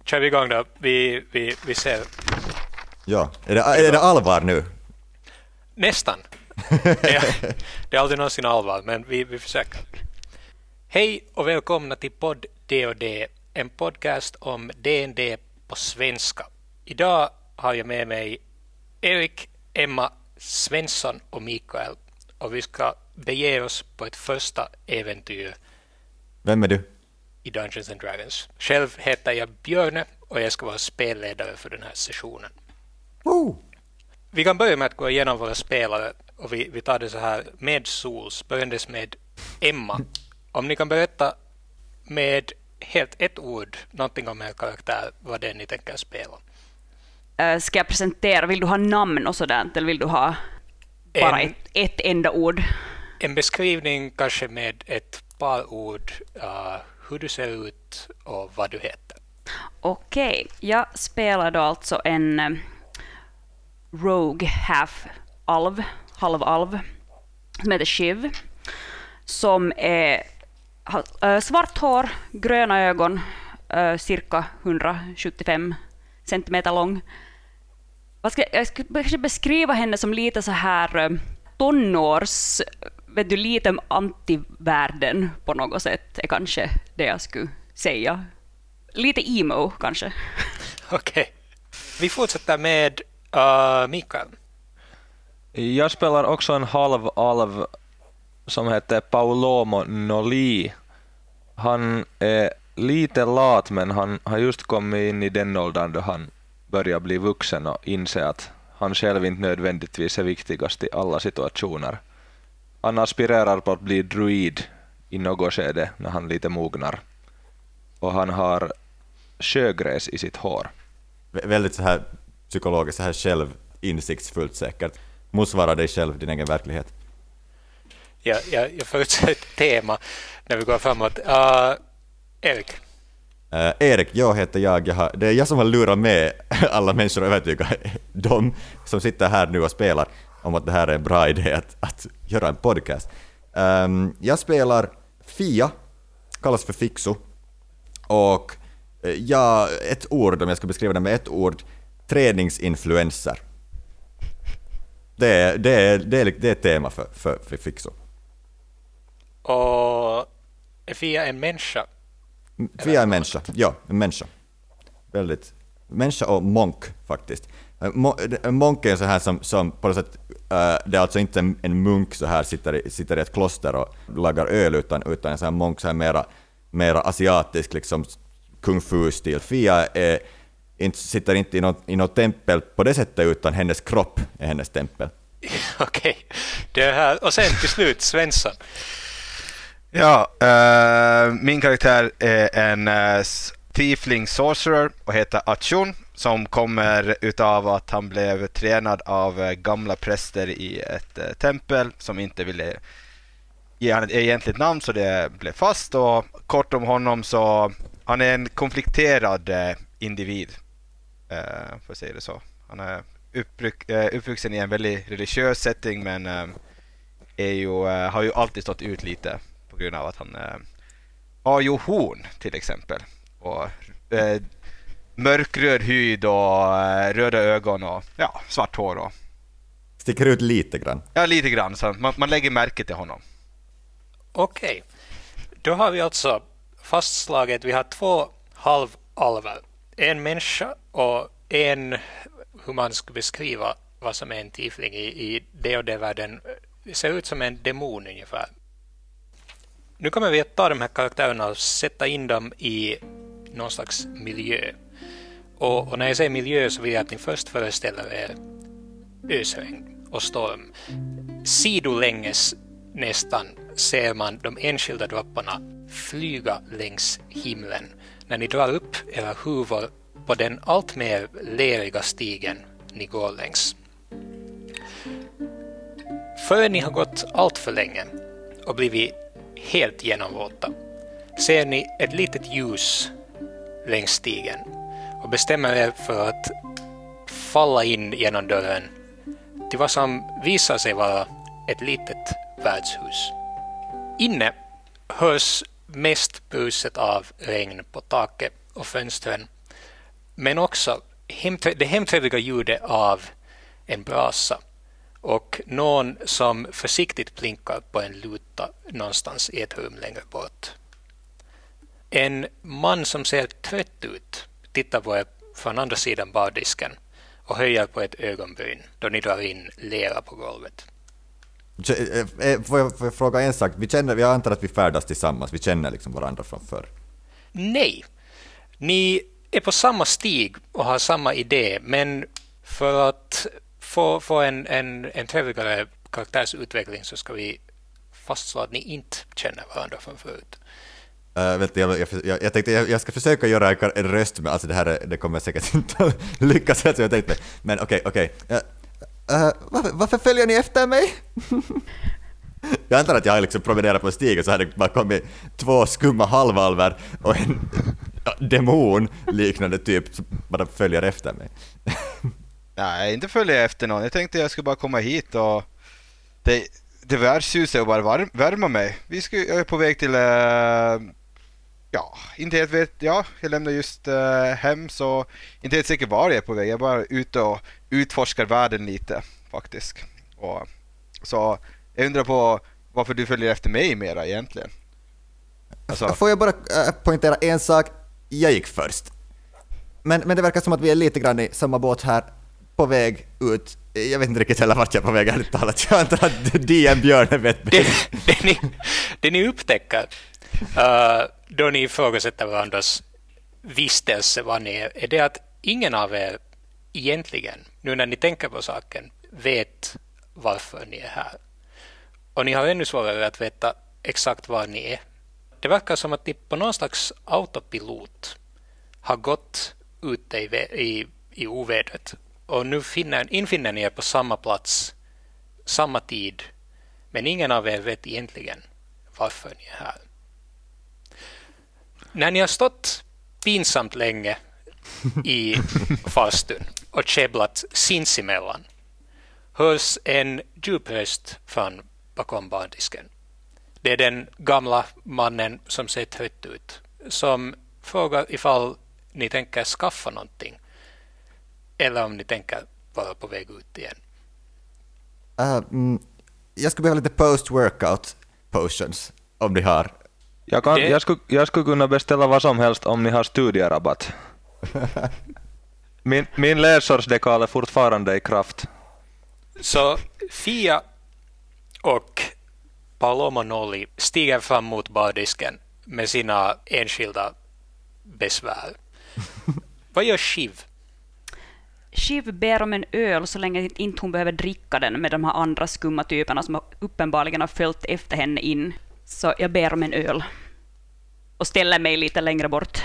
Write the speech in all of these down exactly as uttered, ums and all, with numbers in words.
Kör vi igång då. Vi, vi, vi ser. Ja, är det, är det allvar nu? Nästan. Det är, det är aldrig någonsin allvar, men vi, vi försöker. Hej och välkomna till podd D och D, en podcast om D and D på svenska. Idag har jag med mig Erik, Emma, Svensson och Mikael. Och vi ska bege oss på ett första äventyr. Vem är du? I Dungeons and Dragons. Själv heter jag Björne och jag ska vara spelledare för den här sessionen. Oh. Vi kan börja med att gå igenom våra spelare och vi, vi tar det så här med Sols, börjandes med Emma. Om ni kan berätta med helt ett ord någonting om er karaktär, vad det är ni tänker spela. Uh, ska jag presentera, vill du ha namn och sådant eller vill du ha bara en, ett, ett enda ord? En beskrivning kanske med ett par ord, uh, hur du ser ut och vad du heter. Okej, okay. Jag spelar då alltså en um, rogue half-alv, halv-alv som heter Shiv, som är har, uh, svart hår, gröna ögon, uh, cirka hundrasjuttiofem centimeter lång. Vad ska, jag ska beskriva henne som lite så här uh, tonårs, vet du, lite antivärlden på något sätt är kanske det jag skulle säga. Lite emo kanske. Okej. Okay. Vi fortsätter med uh, Mikael. Jag spelar också en halv alv som heter Paulomo Noli. Han är lite lat, men han har just kommit in i den åldern då han börjar bli vuxen och inse att han själv inte nödvändigtvis är viktigast i alla situationer. Han aspirerar på att bli druid i något skede när han lite mognar. Och han har sjögräs i sitt hår. Vä- väldigt så här psykologiskt, så här självinsiktsfullt säkert. Motsvarar dig själv, din egen verklighet. Ja, jag, jag förutsätter ett tema när vi går framåt. Uh, Erik. Uh, Erik, jag heter jag. jag har, det är jag som har lurat med alla människor och övertyga de som sitter här nu och spelar om att det här är en bra idé att, att göra en podcast. Um, jag spelar Fia, kallas för Fixo. Och ja, ett ord, om jag ska beskriva det med ett ord, träningsinfluenser. Det är, det är, det är, det är ett tema för, för, för Fixo. Och är Fia en människa? Fia är en människa, ja, en människa. Väldigt, människa och monk faktiskt. En monk är en så här som, som på något sätt, uh, det är alltså inte en, en munk så här sitter, sitter i ett kloster och lagar öl, utan, utan en sån här monk så här mera, mera asiatisk liksom kung fu-stil. Fia är, inte, sitter inte i något, i något tempel på det sättet, utan hennes kropp är hennes tempel. Okej, okay. Det här. Och sen till slut, Svensson. Ja, uh, min karaktär är en uh, tiefling sorcerer och heter Achun, som kommer utav att han blev tränad av uh, gamla präster i ett uh, tempel som inte ville ge han ett egentligt namn, så det blev fast. Och kort om honom, så han är en konflikterad uh, individ, uh, för att säga det så. Han är uppryck, uh, uppvuxen i en väldigt religiös setting, men uh, är ju, uh, har ju alltid stått ut lite på grund av att han uh, har ju horn till exempel, och uh, mörkröd hud och uh, röda ögon och ja, svart hår och sticker ut lite grann. Ja, lite grann, så man, man lägger märke till honom. Okej, okay. Då har vi alltså fastslaget, vi har två halvalvar, en människa och en, hur man ska beskriva vad som är en tiefling i, i D och D-världen, det ser ut som en demon ungefär. Nu kommer vi att ta de här karaktärerna och sätta in dem i någon slags miljö. Och, och när jag säger miljö så vill jag att ni först föreställer er ösregn och storm. Sidolänges nästan ser man de enskilda dropparna flyga längs himlen när ni drar upp era huvor på den allt mer leriga stigen ni går längs. Före ni har gått allt för länge och blivit helt genomvåta ser ni ett litet ljus längs stigen och bestämmer er för att falla in genom dörren till vad som visar sig vara ett litet värdshus. Inne hörs mest bruset av regn på taket och fönstren men också hemträ- det hemtrevliga ljudet av en brasa och någon som försiktigt plinkar på en luta någonstans i ett rum längre bort. En man som ser trött ut tittar på er från andra sidan bardisken och höjer på ett ögonbryn då ni drar in lera på golvet. Får jag, får jag fråga en sak? Vi känner, jag antar att vi färdas tillsammans. Vi känner liksom varandra från förr. Nej, ni är på samma stig och har samma idé, men för att få, få en, en, en trevligare karaktärsutveckling så ska vi fastslå att ni inte känner varandra från förut. Uh, vänta, jag, jag, jag, jag tänkte jag, jag ska försöka göra en, en röst med, alltså det här är, det kommer säkert inte att lyckas så jag tänkte, men okej, okay, okej. Okay. Uh, uh, varför, varför följer ni efter mig? Jag antar att jag liksom promenerar på en stig och så hade det bara kommit två skumma halvalver och en ja, demon liknande typ som bara följer efter mig. Nej, inte följer efter någon. Jag tänkte jag skulle bara komma hit och det, det värdshuset och bara var, värma mig. Vi ska, jag är på väg till uh, ja, inte helt vet, ja, jag lämnar just uh, hem så inte helt säker var jag är på väg. Jag är bara ute och utforskar världen lite faktiskt. Och, så jag undrar på varför du följer efter mig mera egentligen. Alltså. Får jag bara uh, poängtera en sak? Jag gick först. Men, men det verkar som att vi är lite grann i samma båt här på väg ut. Jag vet inte riktigt heller vart jag är på väg, ärligt talat. Jag antar att D M Björn vet det, det, ni, det ni upptäcker uh, då ni ifrågasätter varandras vistelse vad ni är, är det att ingen av er egentligen, nu när ni tänker på saken, vet varför ni är här. Och ni har ännu svårare att veta exakt var ni är. Det verkar som att ni på någon slags autopilot har gått ute i, i, i ovädret. Och nu finner, infinner ni er på samma plats, samma tid. Men ingen av er vet egentligen varför ni är här. När ni har stått pinsamt länge i farstun och käbblat sinsemellan hörs en djup röst från bakom bardisken. Det är den gamla mannen som ser trött ut som frågar ifall ni tänker skaffa någonting eller om ni tänker vara på väg ut igen. Uh, mm, jag skulle behöva lite post-workout potions om ni har. Jag, kan, det... jag, skulle, jag skulle kunna beställa vad som helst om ni har studierabatt. min, min läsårsdekal är fortfarande i kraft. Så Fia och Paloma Nolli stiger fram mot bardisken med sina enskilda besvär. Vad gör Shiv? Shiv ber om en öl så länge inte hon behöver dricka den med de här andra skumma typerna som uppenbarligen har följt efter henne in. Så jag ber om en öl och ställer mig lite längre bort.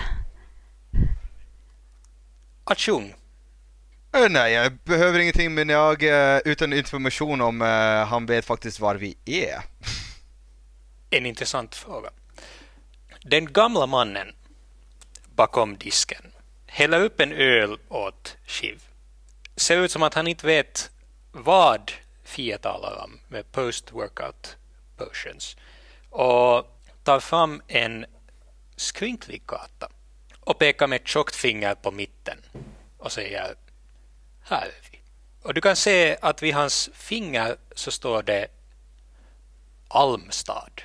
Achung. Äh, nej, jag behöver ingenting, men jag utan information om uh, han vet faktiskt var vi är. En intressant fråga. Den gamla mannen bakom disken häller upp en öl åt Shiv. Ser ut som att han inte vet vad Fia talar om med post-workout potions. Och tar fram en skrynklig karta och pekar med ett tjockt finger på mitten och säger: här är vi. Och du kan se att vid hans finger så står det Almstad.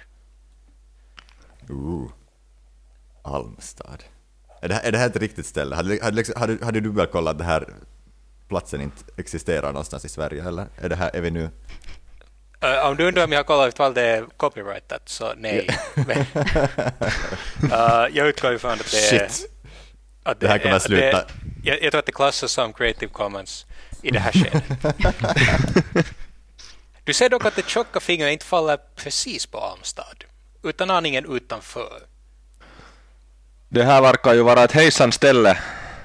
Uh, Almstad. Är det, är det här ett riktigt ställe? Hade, hade, hade, hade du väl kollat att den här platsen inte existerar någonstans i Sverige, eller? Är, det här, är vi nu... Uh, om du undrar om jag har kollat ifall det är copyrightat, så nej. Men, uh, jag utgår ifrån att det är... Shit! Att det, det här kommer att sluta. Det, jag, jag tror att det klassas som Creative Commons i det här skedet. Du ser dock att det tjocka fingret inte faller precis på Almstad, utan aningen utanför. Det här verkar ju vara ett hejsan ställe.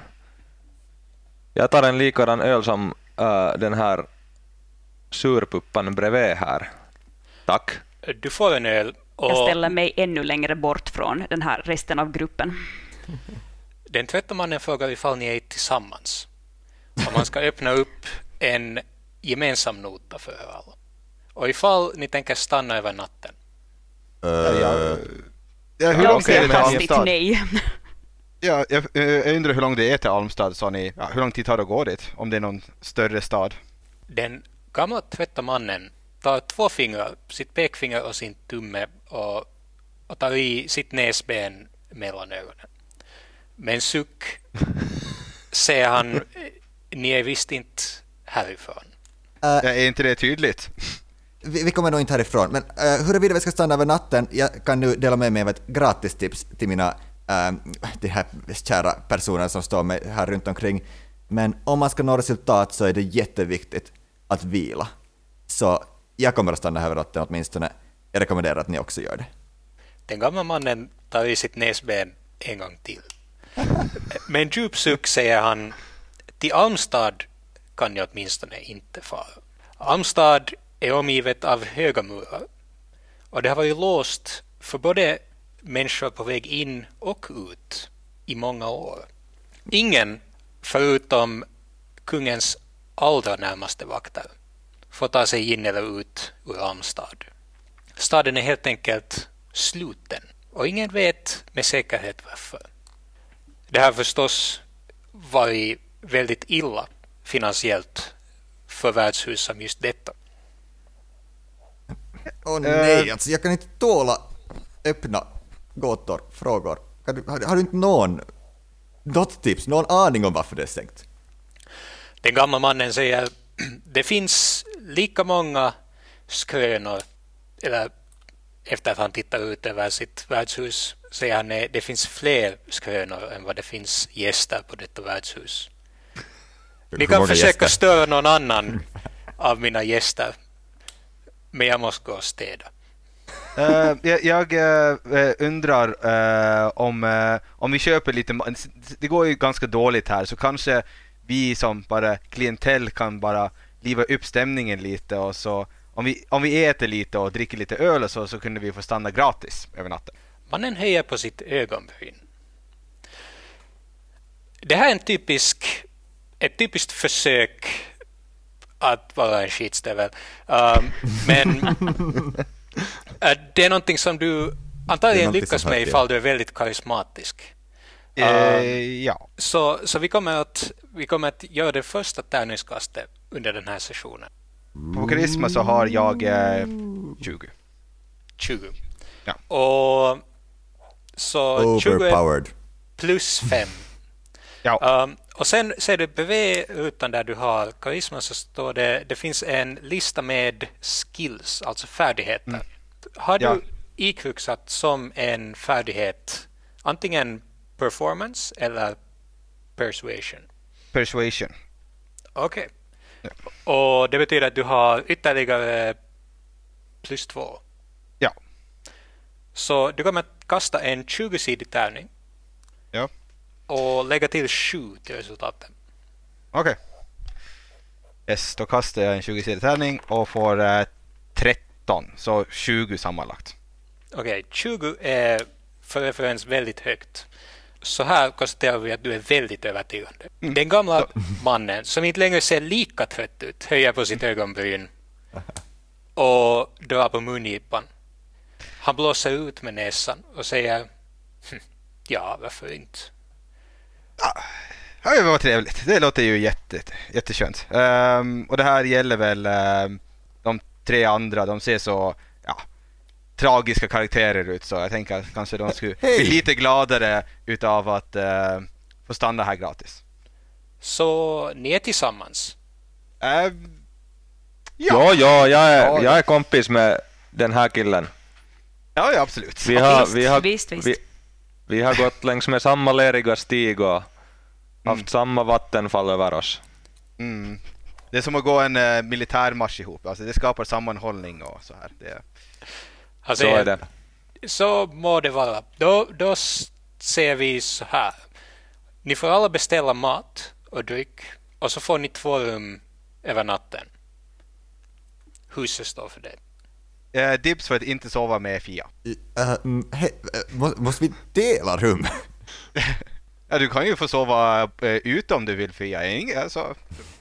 Jag tar en likadan öl som uh, den här surpuppan bredvid här. Tack. Du får en öl. Och jag ställer mig ännu längre bort från den här resten av gruppen. Den trötta mannen frågar ifall ni är tillsammans. Om man ska öppna upp en gemensam nota för er alla. Och ifall ni tänker stanna över natten. Uh, ja, ja, hur jag långt är det säger till hastigt Almstad? nej. Ja, jag, jag undrar hur långt det är till Almstad. Så ni, ja, hur lång tid tar det att gå dit? Om det är någon större stad. Den gamla trötta mannen tar två fingrar, sitt pekfinger och sin tumme och, och tar i sitt näsben mellan ögonen. Med en suck säger han, ni är visst inte härifrån. Uh, är inte det tydligt? vi, vi kommer nog inte härifrån, men uh, huruvida vi ska stanna över natten, jag kan nu dela med mig av ett gratistips till mina uh, de här kära personer som står med här runt omkring. Men om man ska nå resultat så är det jätteviktigt att vila. Så jag kommer att stanna här över natten åtminstone. Jag rekommenderar att ni också gör det. Den gamla mannen tar i sitt näsben en gång till. Med en djup suck säger han, till Almstad kan jag åtminstone inte fara. Almstad är omgivet av höga murar och det har varit låst för både människor på väg in och ut i många år. Ingen förutom kungens allra närmaste vakter får ta sig in eller ut ur Almstad. Staden är helt enkelt sluten och ingen vet med säkerhet varför. Det har förstås varit väldigt illa finansiellt för värdshus som just detta. Åh oh, nej, alltså jag kan inte tåla öppna gåtor, frågor. Kan du, har, har du inte någon, något tips, någon aning om varför det är stängt? Den gamla mannen säger, det finns lika många skrönor, eller efter att han tittar ut över sitt värdshus säger han, nej, det finns fler skrönor än vad det finns gäster på detta värdshus. Ni kan försöka gäster? störa någon annan av mina gäster, men jag måste gå och städa. Uh, jag jag uh, undrar uh, om, uh, om vi köper lite, det går ju ganska dåligt här, så kanske vi som bara klientell kan bara liva upp stämningen lite, och så om vi, om vi äter lite och dricker lite öl och så, så kunde vi få stanna gratis över natten. Mannen höjer på sitt ögonbryn. Det här är en typisk, ett typiskt försök att vara en skitstövel. Um, men uh, det är någonting som du antagligen lyckas med ifall du är väldigt karismatisk. Uh, uh, ja. Så, så vi, kommer att, vi kommer att göra det första tärningskastet under den här sessionen. På karisma så har jag uh, tjugo. tjugo. Ja. Och så tjugo plus fem. Ja. Um, och sen ser du bredvid rutan där du har karisma, så står det, det finns en lista med skills, alltså färdigheter. Mm. Har du ja. ikruxat som en färdighet antingen performance eller persuasion? Persuasion. Okej. Okay. Ja. Och det betyder att du har ytterligare plus två. Ja. Så du kommer att kasta en tjugo-sidig tärning. Ja. Och lägga till sju till resultaten. Okej. Okay. Yes, då kastar jag en tjugo-sidig tärning och får eh, tretton. Så tjugo sammanlagt. Okej, okay, tjugo är för referens väldigt högt. Så här konstaterar vi att du är väldigt övertygande. Mm. Den gamla mannen, som inte längre ser lika trött ut, höjer på sitt ögonbryn och drar på mungipan. Han blåser ut med näsan och säger, hm, ja, varför inte? Ja, det var trevligt. Det låter ju jätte, jätteskönt. Um, och det här gäller väl um, de tre andra. De ser så ja, tragiska karaktärer ut, så jag tänker att kanske de skulle hey. bli lite gladare utav att uh, få stanna här gratis. Så ni är tillsammans? Um, ja, ja, jag är, ja, jag är kompis med den här killen. Ja, ja, absolut. Vi har, visst, vi har, visst, visst. Vi, vi har gått längs med samma leriga stig och haft mm. samma vattenfall över oss. Mm. Det är som att gå en uh, militärmarsch ihop. Alltså, det skapar sammanhållning och så här. Det... Alltså, så är det. Så må det vara. Då, då ser vi så här. Ni får alla beställa mat och dryck, och så får ni två rum över natten. Huset står för det. Uh, Dibs för att inte sova med Fia. Uh, he, uh, måste vi dela rum? Ja, du kan ju få sova uh, ute om du vill, Fia. Inge, alltså.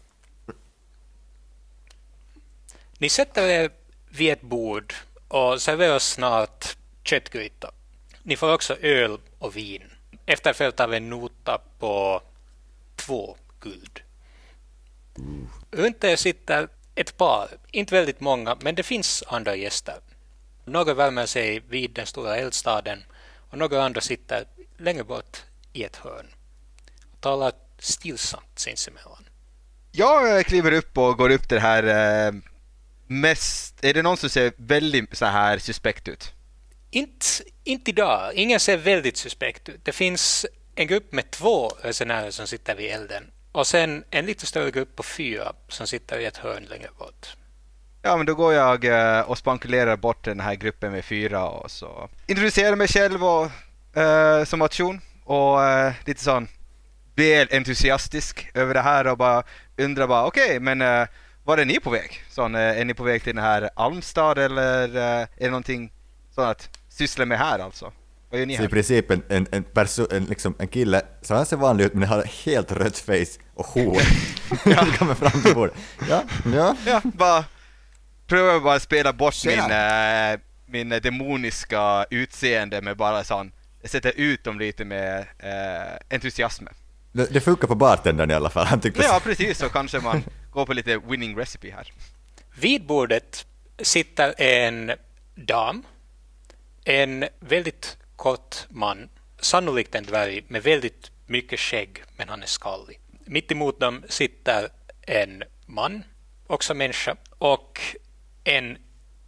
Ni sätter er vid ett bord och serverar snart köttgryta. Ni får också öl och vin. efterföljt av en nota på två guld. Runt det sitter ett par, inte väldigt många, men det finns andra gäster. Några värmer sig vid den stora eldstaden och några andra sitter längre bort i ett hörn och talar stillsamt sinsemellan. Jag kliver upp och går upp det här eh, mest... Är det någon som ser väldigt så här suspekt ut? Inte, inte idag. Ingen ser väldigt suspekt ut. Det finns en grupp med två resenärer som sitter vid elden. Och sen en lite större grupp på fyra som sitter i ett hörn längre bort. Ja, men då går jag eh, och spankulerar bort den här gruppen med fyra och så introducerar mig själv och, eh, som Atchun och eh, lite sån väl entusiastisk över det här och bara undrar bara okej, okay, men eh, var är ni på väg? Sån, eh, är ni på väg till den här Almstad eller eh, är det någonting sånt att syssla med här alltså? Vad gör ni här? Så i princip en, en, en, perso- en, liksom, en kille, så han ser vanlig ut men har helt rött face och hår. Ja. kommer fram till bordet. Ja, ja. Ja, bara prövar bara spela bort Tjena. min, äh, min demoniska utseende med bara sån, jag sätter ut dem lite med äh, entusiasm. Det, det funkar på bartendern i alla fall. Han tyckte Ja, precis, så kanske man går på lite winning recipe här. Vid bordet sitter en dam, en väldigt kort man, sannolikt en dvärg med väldigt mycket skägg, men han är skallig. Mitt emot dem sitter en man, också människa, och en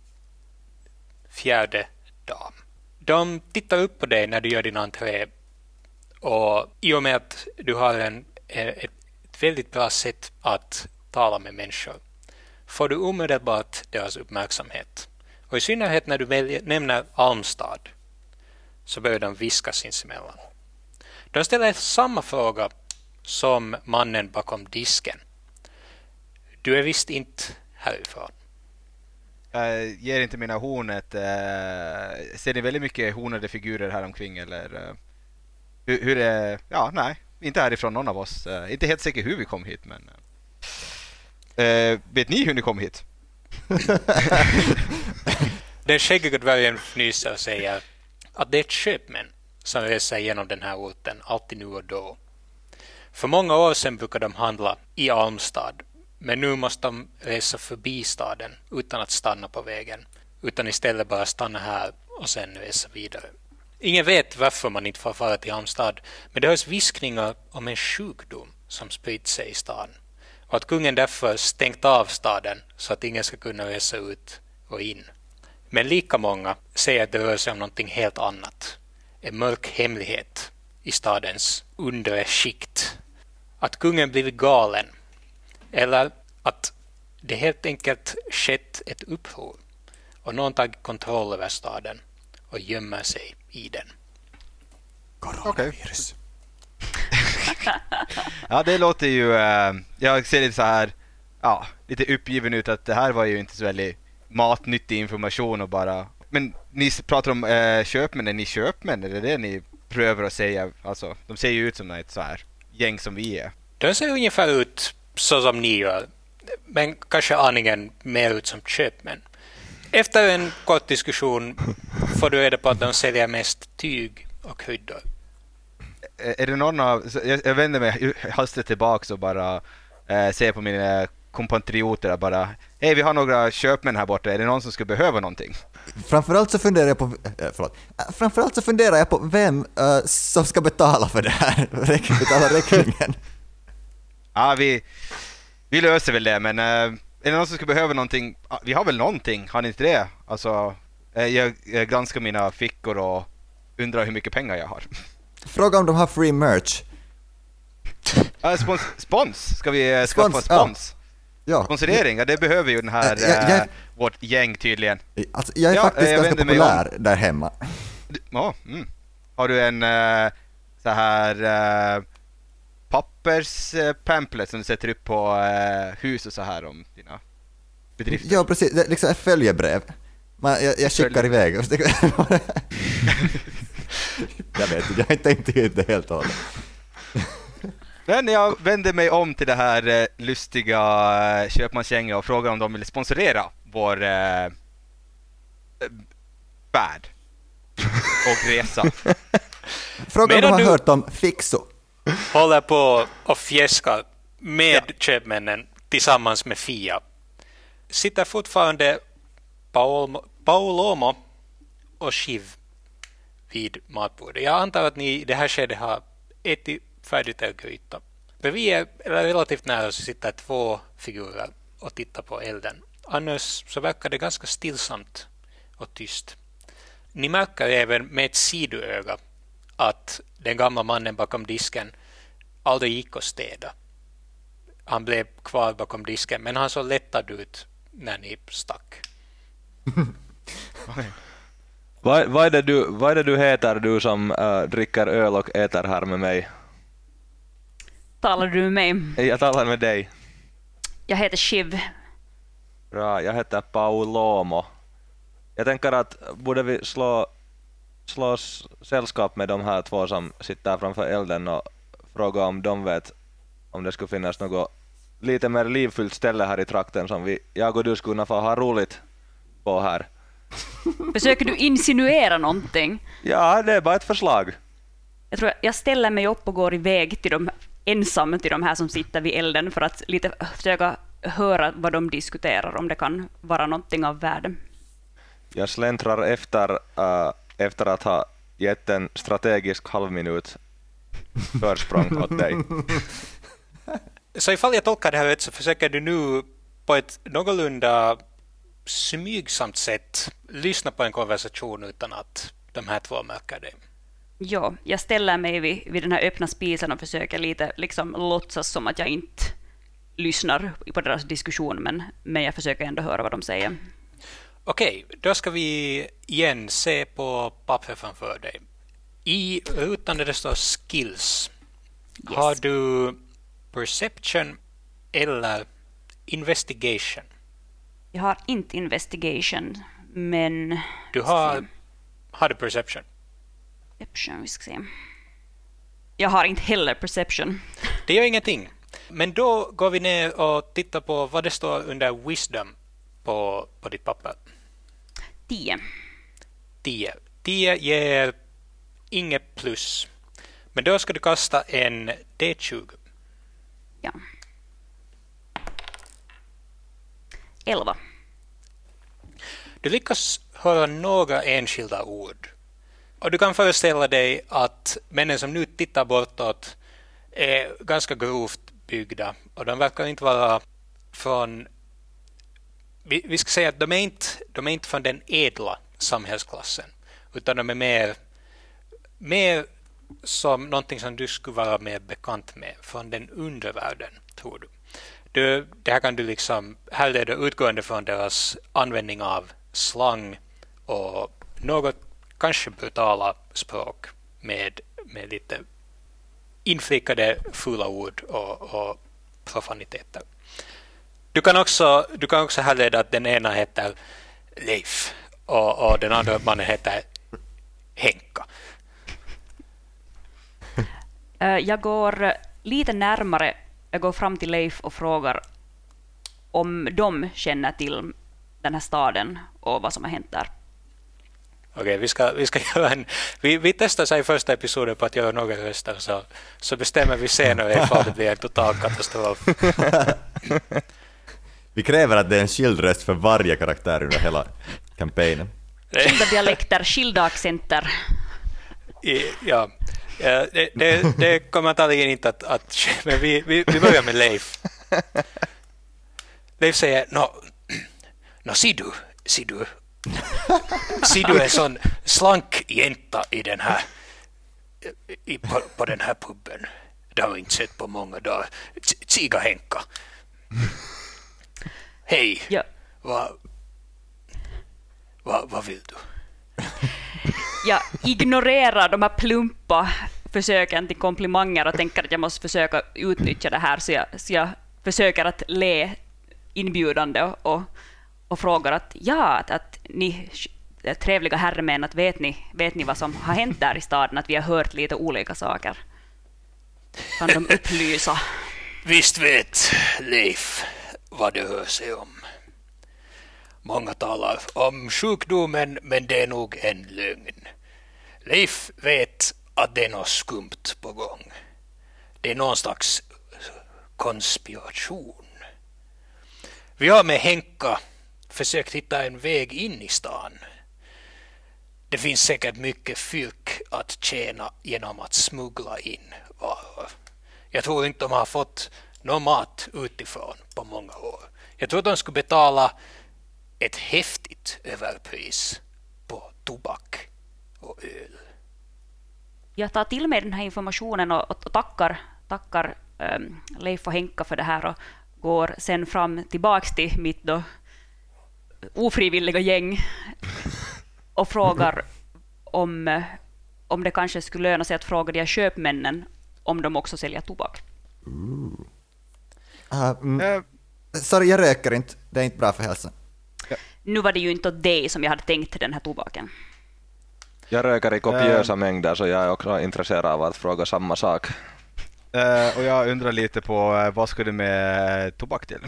fjärde dam. De tittar upp på dig när du gör din entré, och i och med att du har en, ett, ett väldigt bra sätt att tala med människor får du omedelbart deras uppmärksamhet. Och i synnerhet när du väljer, nämner Almstad så börjar de viska sinsemellan. De ställer samma fråga som mannen bakom disken. Du är visst inte härifrån. Jag ger inte mina horn ett... Äh, ser ni väldigt mycket hornade figurer här omkring eller... Äh, hur, hur är... Ja, nej. Inte härifrån någon av oss. Äh, inte helt säker hur vi kom hit, men... Äh, vet ni hur ni kom hit? Den skäggiga dvärgen fnyser och säger att det är köpmän som reser genom den här orten alltid nu och då. För många år sedan brukade de handla i Almstad, men nu måste de resa förbi staden utan att stanna på vägen, utan istället bara stanna här och sen resa vidare. Ingen vet varför man inte får fara till Almstad, men det hörs viskningar om en sjukdom som spritt sig i staden och att kungen därför stängt av staden så att ingen ska kunna resa ut och in. Men lika många säger att det rör sig om någonting helt annat. En mörk hemlighet i stadens undre skikt. Att kungen blivit galen. Eller att det helt enkelt skett ett uppror. Och någon tagit kontroll över staden och gömmer sig i den. coronavirus. Ja, det låter ju... Äh, jag ser lite så här... Ja, lite uppgiven ut att det här var ju inte så väldigt matnyttig information och bara... Men ni pratar om äh, köpmän, är ni köpmän? Är det det ni prövar att säga? Alltså, de ser ju ut som ett så här gäng som vi är. De ser ungefär ut så som ni gör, men kanske aningen mer ut som köpmän. Efter en kort diskussion får du reda på att de säljer mest tyg och kryddor. Är det någon av... Jag, jag vänder mig hastigt tillbaka och bara äh, ser på mina kompatrioter bara... Hej, vi har några köpmän här borta. Är det någon som skulle behöva någonting? Framförallt så funderar jag på äh, förlåt. Framförallt så funderar jag på vem äh, som ska betala för det här. Betala räkningen. Ja, vi, vi löser väl det, men äh, är det någon som skulle behöva någonting? Vi har väl någonting, har ni inte det? Alltså, äh, jag, jag granskar mina fickor och undrar hur mycket pengar jag har. Fråga om de har free merch. Äh, spons, spons? Ska vi äh, Spons, skaffa spons? Ja. Sponsorering, ja, det behöver ju den här Äh, jag, jag, äh, vårt gäng tydligen. Alltså, jag är Ja, faktiskt jag ganska vänder mig populär där hemma. Ja, mm. Har du en äh, så här äh, pappers äh, pamphlet som du sätter upp på äh, hus och så här om dina bedrifter? Ja, precis. Det är liksom ett följebrev. Man, jag, jag skickar iväg. Jag vet inte, jag har inte tänkt ut det helt och hållet. Men jag vänder mig om till det här eh, lustiga eh, köpmansgänget och frågar om de vill sponsorera vår eh, färd och resa. Fråga om du Medan har du- hört om Fixo. Håller på och fjäska med ja. köpmännen tillsammans med Fia. Sitter fortfarande Paolo, Paolomo och Shiv vid matbordet. Jag antar att ni i det här skedet har ätit färdigt er gryta. Bredvid är relativt nära så sitter två figurer och tittar på elden. Annars så verkar det ganska stillsamt och tyst. Ni märker även med ett sidoöga att den gamla mannen bakom disken aldrig gick och städa. Han blev kvar bakom disken, men han såg lättad ut när ni stack. Okay. Vad, vad, är det du, vad är det du heter, du som äh, dricker öl och äter här med mig? Talar du med mig? Jag talar med dig. Jag heter Shiv. Bra, jag heter Paolomo. Jag tänker att borde vi slå, slå s- sällskap med de här två som sitter framför elden och fråga om de vet om det skulle finnas något lite mer livfullt ställe här i trakten som vi, jag och du skulle kunna få ha roligt på här. Försöker du insinuera någonting? Ja, det är bara ett förslag. Jag tror jag ställer mig upp och går iväg till de, ensam till de här som sitter vid elden för att lite försöka höra vad de diskuterar, om det kan vara någonting av värde. Jag släntrar efter, äh, efter att ha gett en strategisk halvminut försprång åt dig. Så ifall jag tolkar det här rätt så försöker du nu på ett någorlunda smygsamt sätt lyssna på en konversation utan att de här två märker det. Ja, jag ställer mig vid, vid den här öppna spisen och försöker lite liksom låtsas som att jag inte lyssnar på deras diskussion, men, men jag försöker ändå höra vad de säger. Okej, då ska vi igen se på pappret framför dig. I rutan där det står skills, Yes. har du perception eller investigation? Jag har inte investigation, men... Du har, har du perception? Perception, vi ska se. Jag har inte heller perception. Det gör ingenting. Men då går vi ner och tittar på vad det står under wisdom på, på ditt papper. Tio. tio. tio ger inget plus. Men då ska du kasta en D tjugo. Ja. Elva. Du lyckas höra några enskilda ord. Och du kan föreställa dig att männen som nu tittar bortåt är ganska grovt byggda. Och de verkar inte vara från... Vi, vi ska säga att de är, inte, de är inte från den ädla samhällsklassen. Utan de är mer, mer som någonting som du skulle vara mer bekant med. Från den undervärlden, tror du. du det här kan du liksom härleda utgående från deras användning av slang och något kanske brutala språk med, med lite inflikade fula ord och, och profaniteter. Du kan också, du kan också härleda att den ena heter Leif och, och den andra mannen heter Henka. Jag går lite närmare. Jag går fram till Leif och frågar om de känner till den här staden och vad som har hänt där. Okej, vi ska, vi ska göra en... Vi, vi testar sig i första episoden på att göra några röster, så, så bestämmer vi senare ifall det blir en total katastrof. Vi kräver att det är en skild röst för varje karaktär under hela kampanjen. Skilda dialekter, skilda accenter. I, ja, ja det, det, det kommer antagligen inte att, att ske, men vi, vi, vi börjar med Leif. Leif säger, no, no ser du, ser du, ser du en sån slank jänta i den här, i, på, på den här puben? Det har vi inte sett på många dagar. Tsiga Henka. Hej, Ja. vad va, va vill du? Jag ignorerar de här plumpa försöken till komplimanger och tänker att jag måste försöka utnyttja det här, så jag, så jag försöker att le inbjudande och, och, och frågar att ja, att, att ni trevliga herremän, att vet ni, vet ni vad som har hänt där i staden, att vi har hört lite olika saker. Kan de upplysa? Visst vet Leif vad det hör sig om. Många talar om sjukdomen, men det är nog en lögn. Leif vet att det är något skumt på gång. Det är någon slags konspiration. Vi har med Henka försökt hitta en väg in i stan. Det finns säkert mycket fyrk att tjäna genom att smuggla in varor. Jag tror inte de har fått någon mat utifrån på många år. Jag tror att de skulle betala ett häftigt överpris på tobak och öl. Jag tar till mig den här informationen och, och tackar, tackar um, Leif och Henka för det här och går sen fram tillbaks till mitt då ofrivilliga gäng och frågar om, om det kanske skulle löna sig att fråga de här köpmännen om de också säljer tobak. Uh. Uh, mm. uh. Sorry, jag röker inte. Det är inte bra för hälsan. Ja. Nu var det ju inte åt dig som jag hade tänkt den här tobaken. Jag röker i kopiösa uh. mängder, så jag är också intresserad av att fråga samma sak. Uh, och jag undrar lite på uh, vad ska du med tobak till?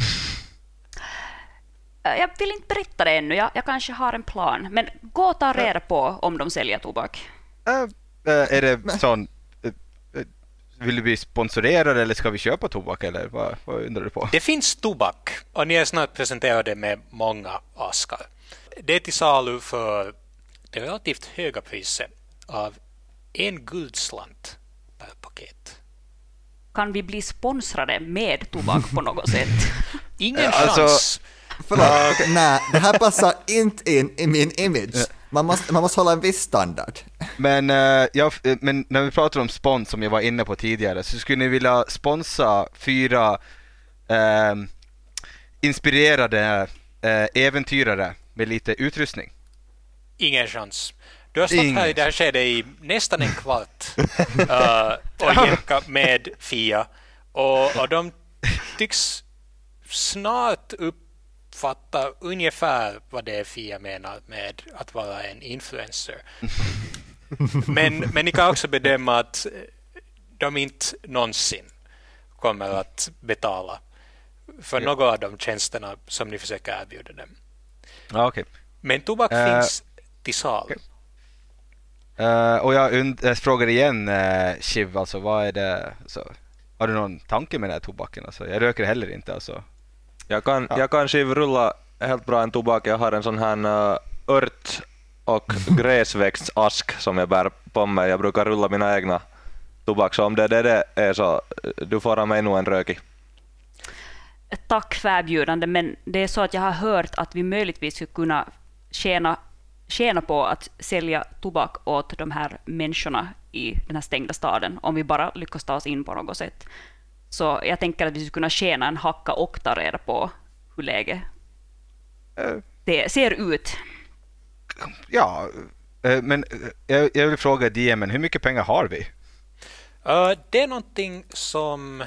Jag vill inte berätta det ännu. Jag, jag kanske har en plan. Men gå och ta reda på om de säljer tobak. Uh, uh, är det sån... Uh, uh, vill du bli sponsorerad eller ska vi köpa tobak? Eller vad, vad undrar du på? Det finns tobak och ni är snart presenterade med många askar. Det är till salu för det relativt höga priset av en guldslant per paket. Kan vi bli sponsrade med tobak på något sätt? Ingen alltså, chans. Förlåt, okay. Nej, det här passar inte in i min image. Man måste, man måste hålla en viss standard. Men, uh, jag, men när vi pratar om spons som jag var inne på tidigare, så skulle ni vilja sponsa fyra uh, inspirerade uh, äventyrare med lite utrustning? Ingen chans. Du har stått Ingen. här i det här skedet i nästan en kvart uh, och jämka med Fia och, och de tycks snart uppfatta ungefär vad det är Fia menar med att vara en influencer. Men, men ni kan också bedöma att de inte någonsin kommer att betala för ja. några av de tjänsterna som ni försöker erbjuda dem. Ja, okay. Men tobak uh, finns till sal. Okay. Uh, och jag, und- jag frågar igen, uh, Shiv, alltså vad är det, alltså, har du någon tanke med den här tobaken? Alltså, jag röker heller inte. Alltså. Jag kan, ja. jag kan Shiv rulla helt bra en tobak. Jag har en sån här uh, ört och gräsväxtask som jag bär på mig. Jag brukar rulla mina egna tobak, så om det, det, det är så, du får av mig nog en rökig. Tack för erbjudande, men det är så att jag har hört att vi möjligtvis skulle kunna tjäna, tjäna på att sälja tobak åt de här människorna i den här stängda staden, om vi bara lyckas ta oss in på något sätt. Så jag tänker att vi skulle kunna tjäna en hacka och ta reda på hur läget det ser ut. Ja, men jag, jag vill fråga D M, hur mycket pengar har vi? Uh, det är någonting som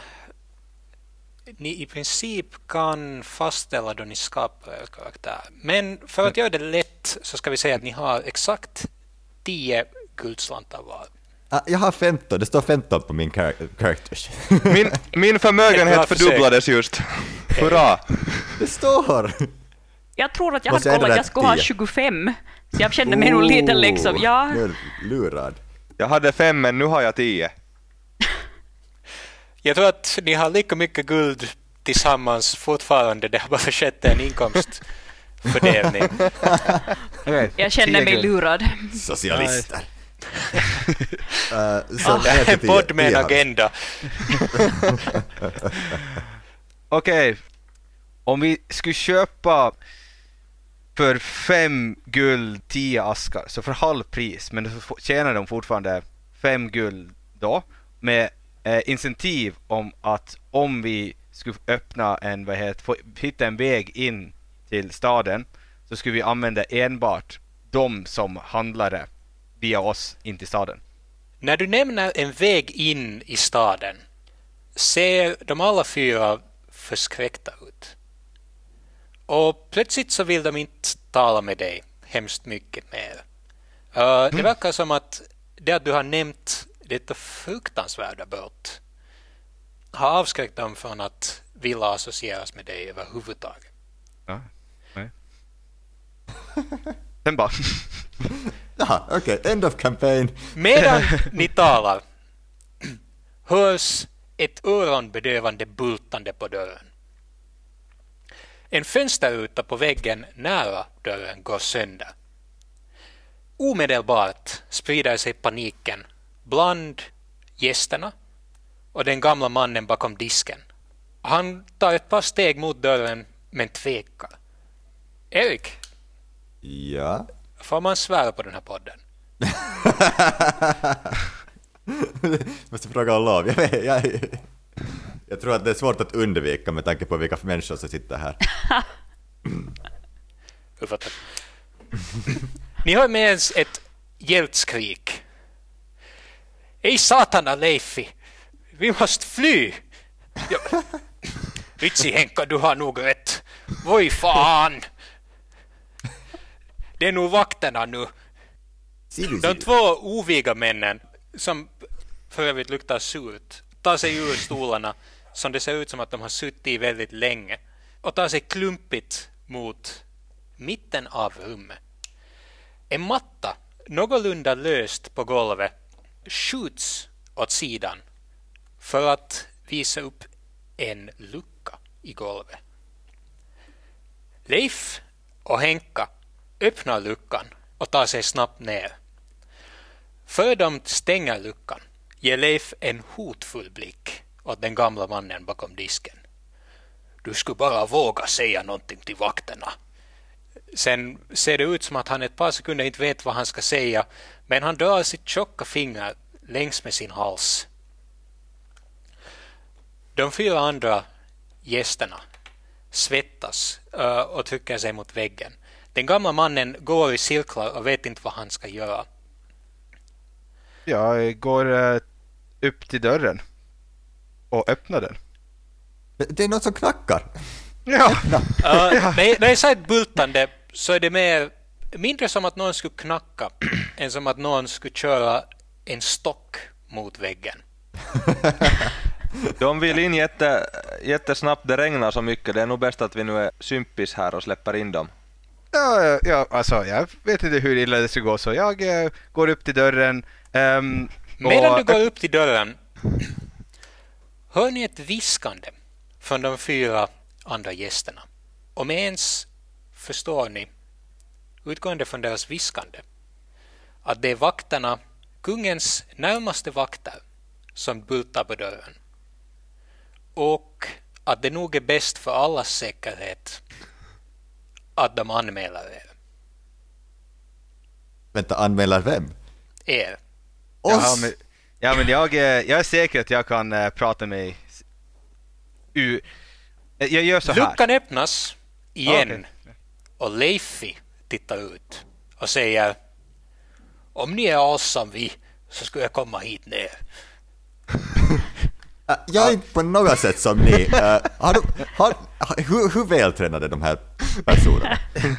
ni i princip kan fastställa då ni skapar er karaktär. Men för att göra det lätt så ska vi säga att ni har exakt tio guldslantar var. Jag har femton, det står femton på min characters. Min, min förmögenhet fördubblades just. Hurra! Det står! Jag tror att jag hade kollat att jag skulle ha tjugofem. Så jag kände mig nog lite liksom, ja. Lurad. Jag hade fem, men nu har jag tio. Jag tror att ni har lika mycket guld tillsammans fortfarande. Det har bara skett en inkomstfördelning. Okay. Jag känner mig lurad. Socialister. uh, så ah, det är en podd med en agenda. Okej. Okay. Om vi skulle köpa för fem guld, tio askar, så för halvpris, men då tjänar de fortfarande fem guld då, med eh, incentiv om att om vi skulle öppna en, vad heter, få, hitta en väg in till staden, så skulle vi använda enbart de som handlare via oss in till staden. När du nämner en väg in i staden, ser de alla fyra förskräckta ut. Och plötsligt så vill de inte tala med dig hemskt mycket mer. Uh, det verkar som att det att du har nämnt detta fruktansvärda brott har avskräckt dem från att vilja associeras med dig överhuvudtaget. Ja, nej. Sen bara. Jaha, okej. Okay. End of campaign. Medan ni talar hörs ett öronbedövande bultande på dörren. En fönsterruta på väggen nära dörren går sönder. Omedelbart sprider sig paniken bland gästerna och den gamla mannen bakom disken. Han tar ett par steg mot dörren men tvekar. Erik, Ja? får man svära på den här podden? Måste fråga om lov. Jag, vet, jag, jag tror att det är svårt att undvika med tanke på vilka människor som sitter här. Uppfattat. Ni har med ens ett hjältskrik. Ei satana, Leifi! Vi måste fly! Ja. Vitsi Henka, du har nog rätt. Voi fan! Det är nog vakterna nu. De två oviga männen, som för övrigt luktar surt, tar sig ur stolarna som det ser ut som att de har suttit i väldigt länge och tar sig klumpigt mot mitten av rummet. En matta, någorlunda löst på golvet, skjuts åt sidan för att visa upp en lucka i golvet. Leif och Henka öppnar luckan och tar sig snabbt ner. För de stänger luckan ger Leif en hotfull blick åt den gamla mannen bakom disken. Du skulle bara våga säga någonting till vakterna. Sen ser det ut som att han ett par sekunder inte vet vad han ska säga, men han drar sitt tjocka finger längs med sin hals. De fyra andra gästerna svettas uh, och trycker sig mot väggen. Den gamla mannen går i cirklar och vet inte vad han ska göra. Jag går uh, upp till dörren och öppnar den. Det är något som knackar. Ja. uh, när, när jag säger bultande så är det mer, mindre som att någon skulle knacka än som att någon skulle köra en stock mot väggen. De vill in jätte, jättesnabbt, det regnar så mycket. Det är nog bäst att vi nu är sympis här och släpper in dem. Ja, ja, alltså jag vet inte hur illa det ska gå, så jag uh, går upp till dörren. Um, Medan och... du går upp till dörren hör ni ett viskande från de fyra andra gästerna. Om ens förstår ni, utgående från deras viskande, att det är vakterna, kungens närmaste vakter, som bultar på dörren. Och att det nog är bäst för allas säkerhet att de anmäler er. Vänta, anmäler vem? Er. Oss? Ja, men, ja, men jag, jag är säker att jag kan uh, prata med u. Jag gör så här. Luckan öppnas igen. Okay. Och Leifi tittar ut och säger: om ni är alls som vi så ska jag komma hit ner. Uh, jag är inte på något sätt som ni. Uh, har du, har, hur, hur vältränade de här personerna?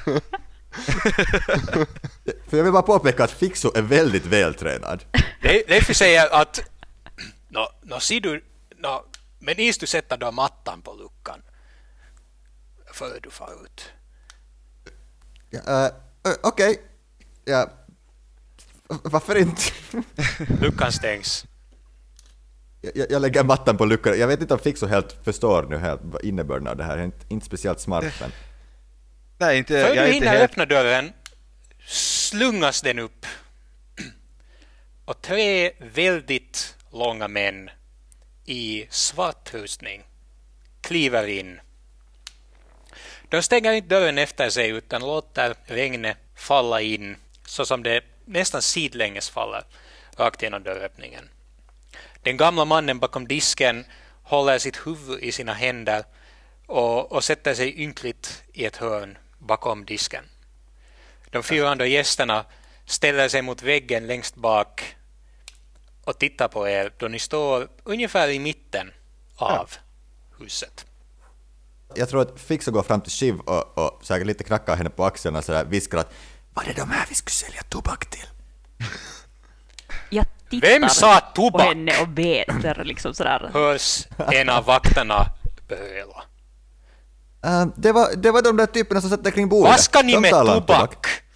För jag vill bara påpeka att Fixo är väldigt vältränad. Leifi säger att no, no, ser du, no, men is du sätter då mattan på luckan före du far ut. Uh, uh, Okej. Okay. Ja. Varför inte? Luckan stängs. Jag, jag lägger mattan på luckan. Jag vet inte om Fixo helt förstår nu här vad innebörden av det här. Inte, inte speciellt smart, men... Nej, inte, För jag du är hinner inte helt... öppna dörren slungas den upp och tre väldigt långa män i svart rustning kliver in. De stänger inte dörren efter sig utan låter regnet falla in så som det nästan sidlänges faller rakt genom dörröppningen. Den gamla mannen bakom disken håller sitt huvud i sina händer och, och sätter sig ynkligt i ett hörn bakom disken. De fyra andra gästerna ställer sig mot väggen längst bak och tittar på er då ni står ungefär i mitten av huset. Jag tror att Fixo går fram till Shiv och, och så här, lite knackar henne på axeln och så där viskar att vad är de här vi skulle sälja tobak till? Jag tittar Vem sa på tobak? henne och beter liksom sådär. Hörs en av vakterna böla. Uh, det, var, det var de där typerna som satt där kring bordet. Vad ska ni De med talade om tobak?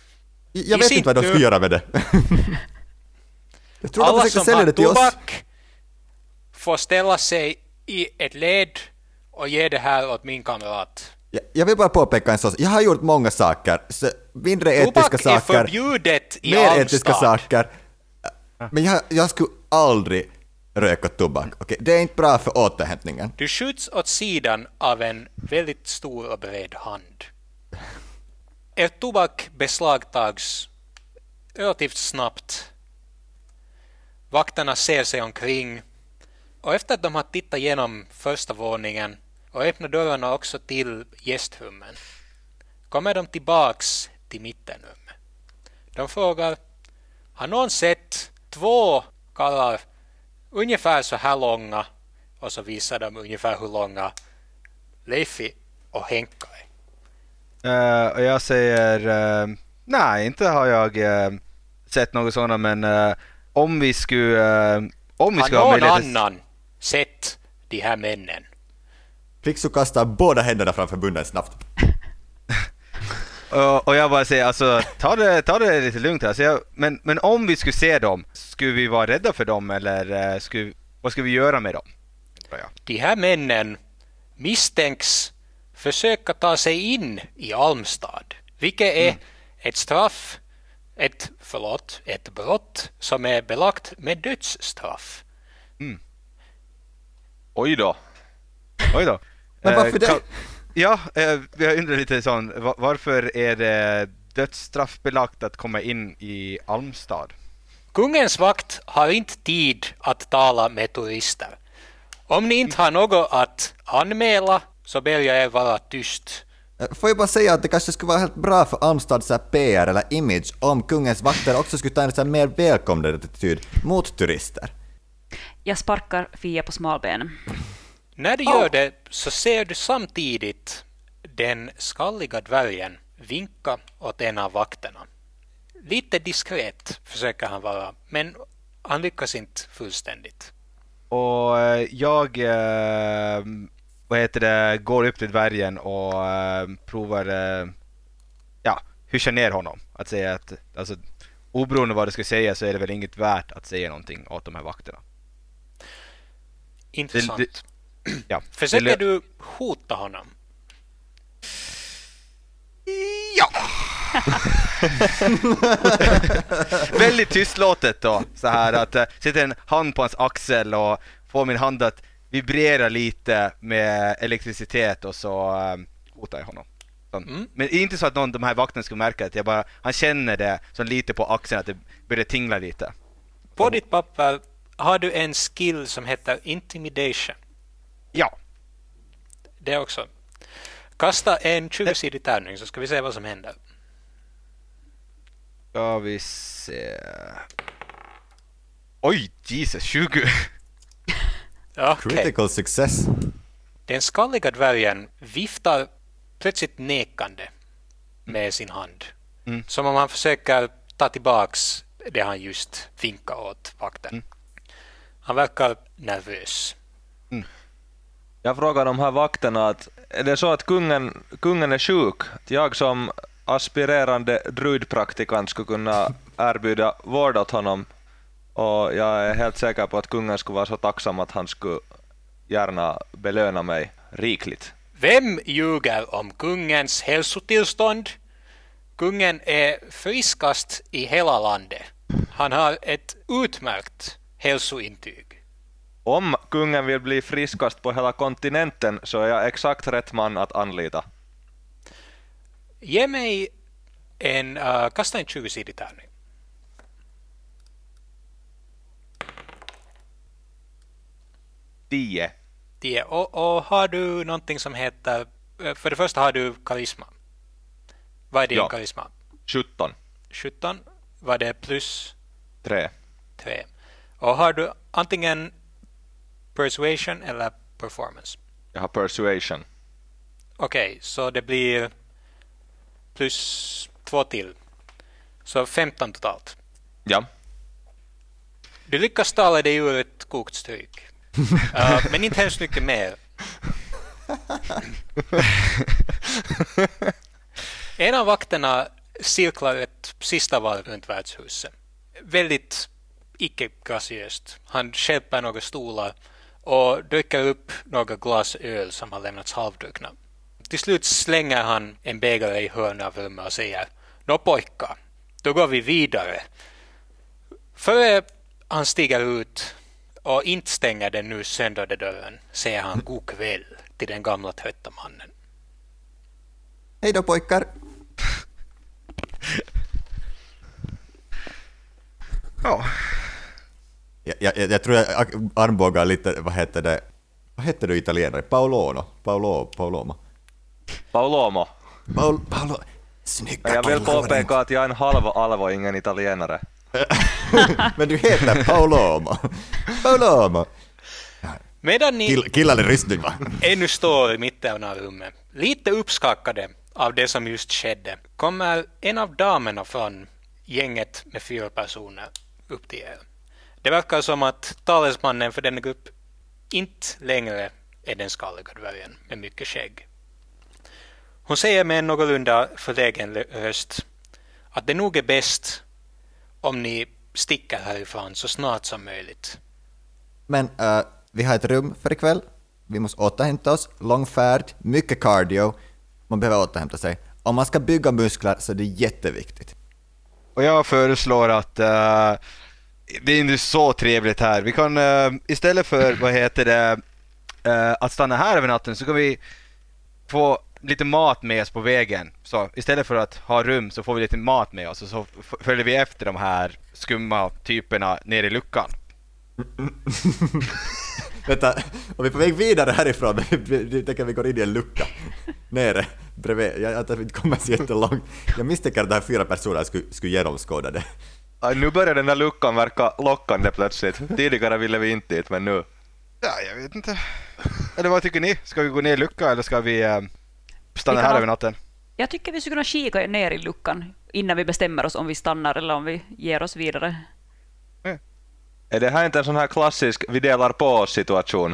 Jag I vet inte vad de sin ska tur- göra med det. Jag tror de Alla försöker som sälja har det till oss. tobak får ställa sig i ett led och ge det här åt min kamrat. Jag- Jag vill bara påpeka en sak. Jag har gjort många saker. Så mindre etiska Tobak är saker. förbjudet i Mer etiska Almstad. saker. Men jag, jag skulle aldrig röka tobak. Okej, det är inte bra för återhämtningen. Du skjuts åt sidan av en väldigt stor och bred hand. Ert tobak beslagtags relativt snabbt. Vakterna ser sig omkring och efter att de har tittat igenom första våningen och öppnat dörrarna också till gästrummen kommer de tillbaks till mittenrummet. De frågar: har någon sett två karlar ungefär så här långa, och så visar de ungefär hur långa Leifi och Henka är. Eh, och jag säger eh, nej, inte har jag eh, sett något sådant, men eh, om vi skulle eh, om vi Har skulle ha någon möjlighet annan sett de här männen? Fixu kastar båda händerna framför munnen snabbt. och, och jag bara säger alltså ta det, ta det lite lugnt här. Så jag, men, men om vi skulle se dem, skulle vi vara rädda för dem eller eh, skulle, vad ska vi göra med dem? Ja. De här männen misstänks försöka ta sig in i Almstad, vilket är mm. ett straff, ett, förlåt, ett brott som är belagt med dödsstraff. Mm. Oj då. Oj då. Men varför Eh, det? kan- Ja, eh, jag undrar lite sån, va- varför är det dödsstraffbelagt att komma in i Almstad? Kungens vakt har inte tid att tala med turister. Om ni inte har något att anmäla så ber jag er vara tyst. Får jag bara säga att det kanske skulle vara helt bra för Almstads så här P R eller image om kungens vakter också skulle ta en så här mer välkomnande attityd mot turister. Jag sparkar Fia på smalbenen. När du gör det så ser du samtidigt den skalliga dvärgen vinka åt en av vakterna. Lite diskret försöker han vara, men han lyckas inte fullständigt. Och eh, jag eh, vad heter det, går upp till dvärgen och eh, provar eh, ja, hyscha ner honom. Att säga att alltså, oberoende vad du ska säga så är det väl inget värt att säga någonting åt de här vakterna. Intressant. Det- det- Ja. Försöker Det- du hota honom? Ja! Väldigt tystlåtet då, så här att uh, sätta en hand på hans axel och få min hand att vibrera lite med elektricitet och så uh, hotar jag honom. Sånt. Mm. Men inte så att någon av de här vakterna skulle märka att jag bara, han känner det så lite på axeln att det börjar tingla lite. På ditt papper har du en skill som heter intimidation. Ja. Det också. Kasta en tjugo-sidig tärning så ska vi se vad som händer. Ska vi se. Oj, Jesus, tjugo. Okej. Critical success. Den skalliga dvärgen viftar plötsligt nekande med sin hand. Mm. Som om han försöker ta tillbaks det han just vinkade åt vakten. Mm. Han verkar nervös. Jag frågar de här vakterna att är det så att kungen, kungen är sjuk? Att jag som aspirerande druidpraktikant skulle kunna erbjuda vård åt honom, och jag är helt säker på att kungen skulle vara så tacksam att han skulle gärna belöna mig rikligt. Vem ljuger om kungens hälsotillstånd? Kungen är friskast i hela landet. Han har ett utmärkt hälsointyg. Om kungen vill bli friskast på hela kontinenten så är jag exakt rätt man att anlita. Ge mig en, uh, kasta en tjugo-sidig tärning. Tio. tio. Och, och har du någonting som heter, uh, för det första har du karisma. Vad är din Ja. karisma? Sjutton. sjutton. Vad det är plus Tre. tre. Och har du antingen persuasion eller performance? Jag har persuasion. Okej, så det blir plus två till. Så femton totalt. Ja. Du lyckas tala dig ur ett kokt stryk. uh, men inte hemskt mycket mer. En av vakterna cirklar ett sista varv runt värdshuset. Väldigt icke-graciöst. Han stjälper några stolar och dricker upp några glas öl som har lämnats halvdruckna. Till slut slänger han en bägare i hörnet av rummet och säger: Nå pojkar, då går vi vidare. Före han stiger ut och inte stänger den nu söndrade dörren säger han god kväll till den gamla trötta mannen. Hej då pojkar! Ja. Jag, jag, jag tror jag armbågar lite, vad heter det? Vad heter det italienare? Paolono? Paolo, Paolomo? Paulomo. Paolo, Paolo. Snygga. Jag vill påpeka att jag är en halv alv och ingen italienare. Men du heter Paolomo. Paolomo. Medan ni Kill, killade rystning va? ännu står i mitten av rummet, lite uppskakade av det som just skedde, kommer en av damerna från gänget med fyra personer upp till er. Det verkar som att talesmannen för denna grupp inte längre är den skalliga dvärgen med mycket skägg. Hon säger med en någorlunda förlägen röst att det nog är bäst om ni sticker härifrån så snart som möjligt. Men uh, vi har ett rum för ikväll. Vi måste återhämta oss. Lång färd, mycket cardio. Man behöver återhämta sig. Om man ska bygga muskler så är det jätteviktigt. Och jag föreslår att uh, det är inte så trevligt här. Vi kan uh, istället för, vad heter det, uh, att stanna här över natten så kan vi få lite mat med oss på vägen. Så istället för att ha rum så får vi lite mat med oss och så f- följer vi efter de här skumma typerna ner i luckan. Vänta, om vi är på väg vidare härifrån, nu tänker vi gå in i en lucka nere bredvid. Jag antar att vi inte kommer så jättelångt. Jag misstänker att de här fyra personerna skulle, skulle genomskåda det. Aj, nu börjar den där luckan verka lockande plötsligt. Tidigare ville vi inte dit, men nu. Ja, jag vet inte. Eller vad tycker ni? Ska vi gå ner i lucka eller ska vi uh, stanna Vi kan här ha- över natten? Jag tycker vi skulle kunna kika ner i luckan innan vi bestämmer oss om vi stannar eller om vi ger oss vidare. Är det här inte en sån här klassisk vi delar på oss situation?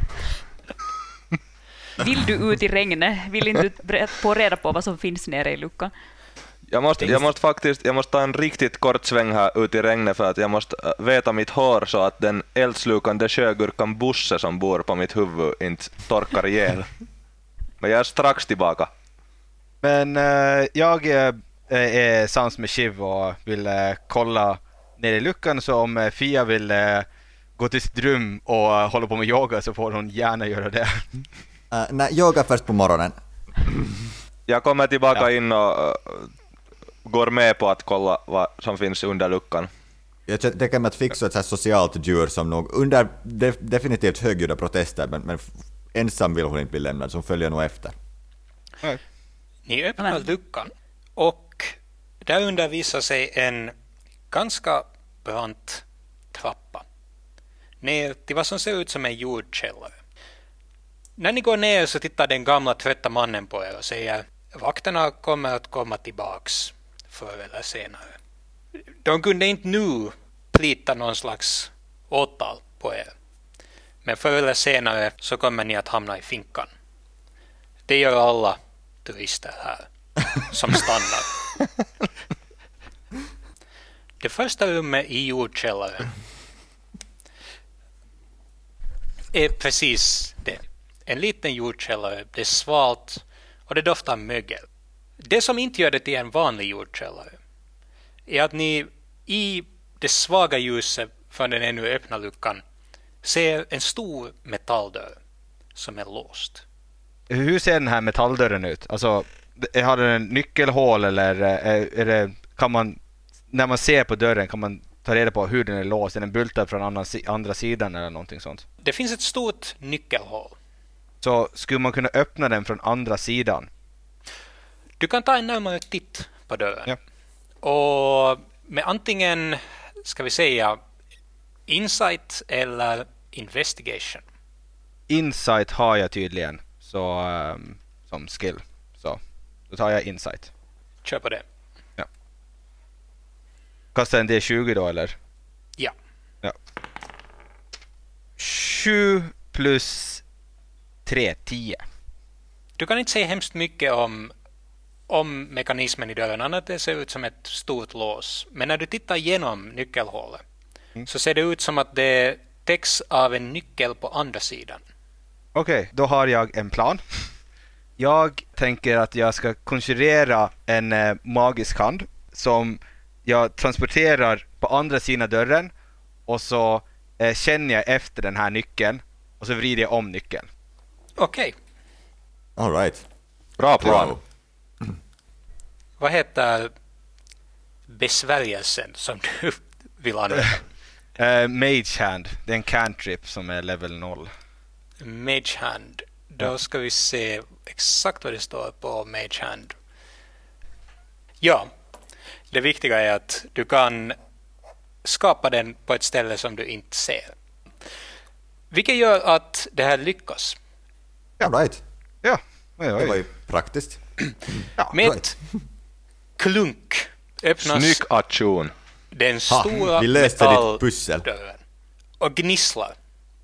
Vill du ut i regnet? Vill inte du bre- få reda på vad som finns nere i luckan? Jag måste, jag måste faktiskt jag måste ta en riktigt kort sväng här ut i regnet för att jag måste äh, veta mitt hår så att den eldslukande sjögurkan Busse som bor på mitt huvud inte torkar ihjäl. Men jag är strax tillbaka. Men uh, jag uh, är sams med Shiv och vill uh, kolla ner i luckan, så om uh, Fia vill uh, gå till sitt rum och uh, hålla på med yoga så får hon gärna göra det. Uh, nej, yoga först på morgonen. Jag kommer tillbaka Ja. in och äh, går med på att kolla vad som finns under luckan. Jag tänker mig att fixa ett så här socialt djur som nog under de, definitivt högljudda protester, men, men ensam vill hon inte bli lämnad, så hon följer nog efter. Ni öppnar Men- luckan och där under visar sig en ganska brant trappa ner till vad som ser ut som en jordkällare. När ni går ner så tittar den gamla trötta mannen på er och säger: vakterna kommer att komma tillbaks förr eller senare. De kunde inte nu plita någon slags åtal på er, men förr eller senare så kommer ni att hamna i finkan. Det gör alla turister här som stannar. Det första rummet i jordkällaren är precis det. En liten jordkällare, det är svalt och det doftar mögel. Det som inte gör det till en vanlig jordkällare är att ni i det svaga ljuset från den ännu öppna luckan ser en stor metalldörr som är låst. Hur ser den här metalldörren ut? Alltså, det- har den en nyckelhål eller är, är det, kan man, när man ser på dörren kan man ta reda på hur den är låst? Är den bultad från annan, si- andra sidan eller någonting sånt? Det finns ett stort nyckelhål. Så skulle man kunna öppna den från andra sidan? Du kan ta en närmare titt på dörren. Ja. Och med antingen, ska vi säga, insight eller investigation. Insight har jag tydligen så, ehm, som skill. Så då tar jag insight. Kör på det. Kasta en D tjugo då eller? Ja. Ja. sju plus tre, tio. Du kan inte säga hemskt mycket om, om mekanismen i dörren, annat det ser ut som ett stort lås. Men när du tittar igenom nyckelhålet mm. så ser det ut som att det täcks av en nyckel på andra sidan. Okej, okay, då har jag en plan. Jag tänker att jag ska konjurera en eh, magisk hand som jag transporterar på andra sidan dörren och så eh, känner jag efter den här nyckeln och så vrider jag om nyckeln. Okej. Okay. All right. Bra plan. Wow. Vad heter besvärjelsen som du vill använda? uh, Mage Hand. Det är en cantrip som är level noll. Mage Hand. Då ska vi se exakt vad det står på Mage Hand. Ja, det viktiga är att du kan skapa den på ett ställe som du inte ser. Vilket gör att det här lyckas. Ja, right. Ja, oj, oj. Det var ju praktiskt. Ja, med right. klunk öppnas Snygg aktion. den stora ha, vi löste ditt pussel. Dörren och gnisslar.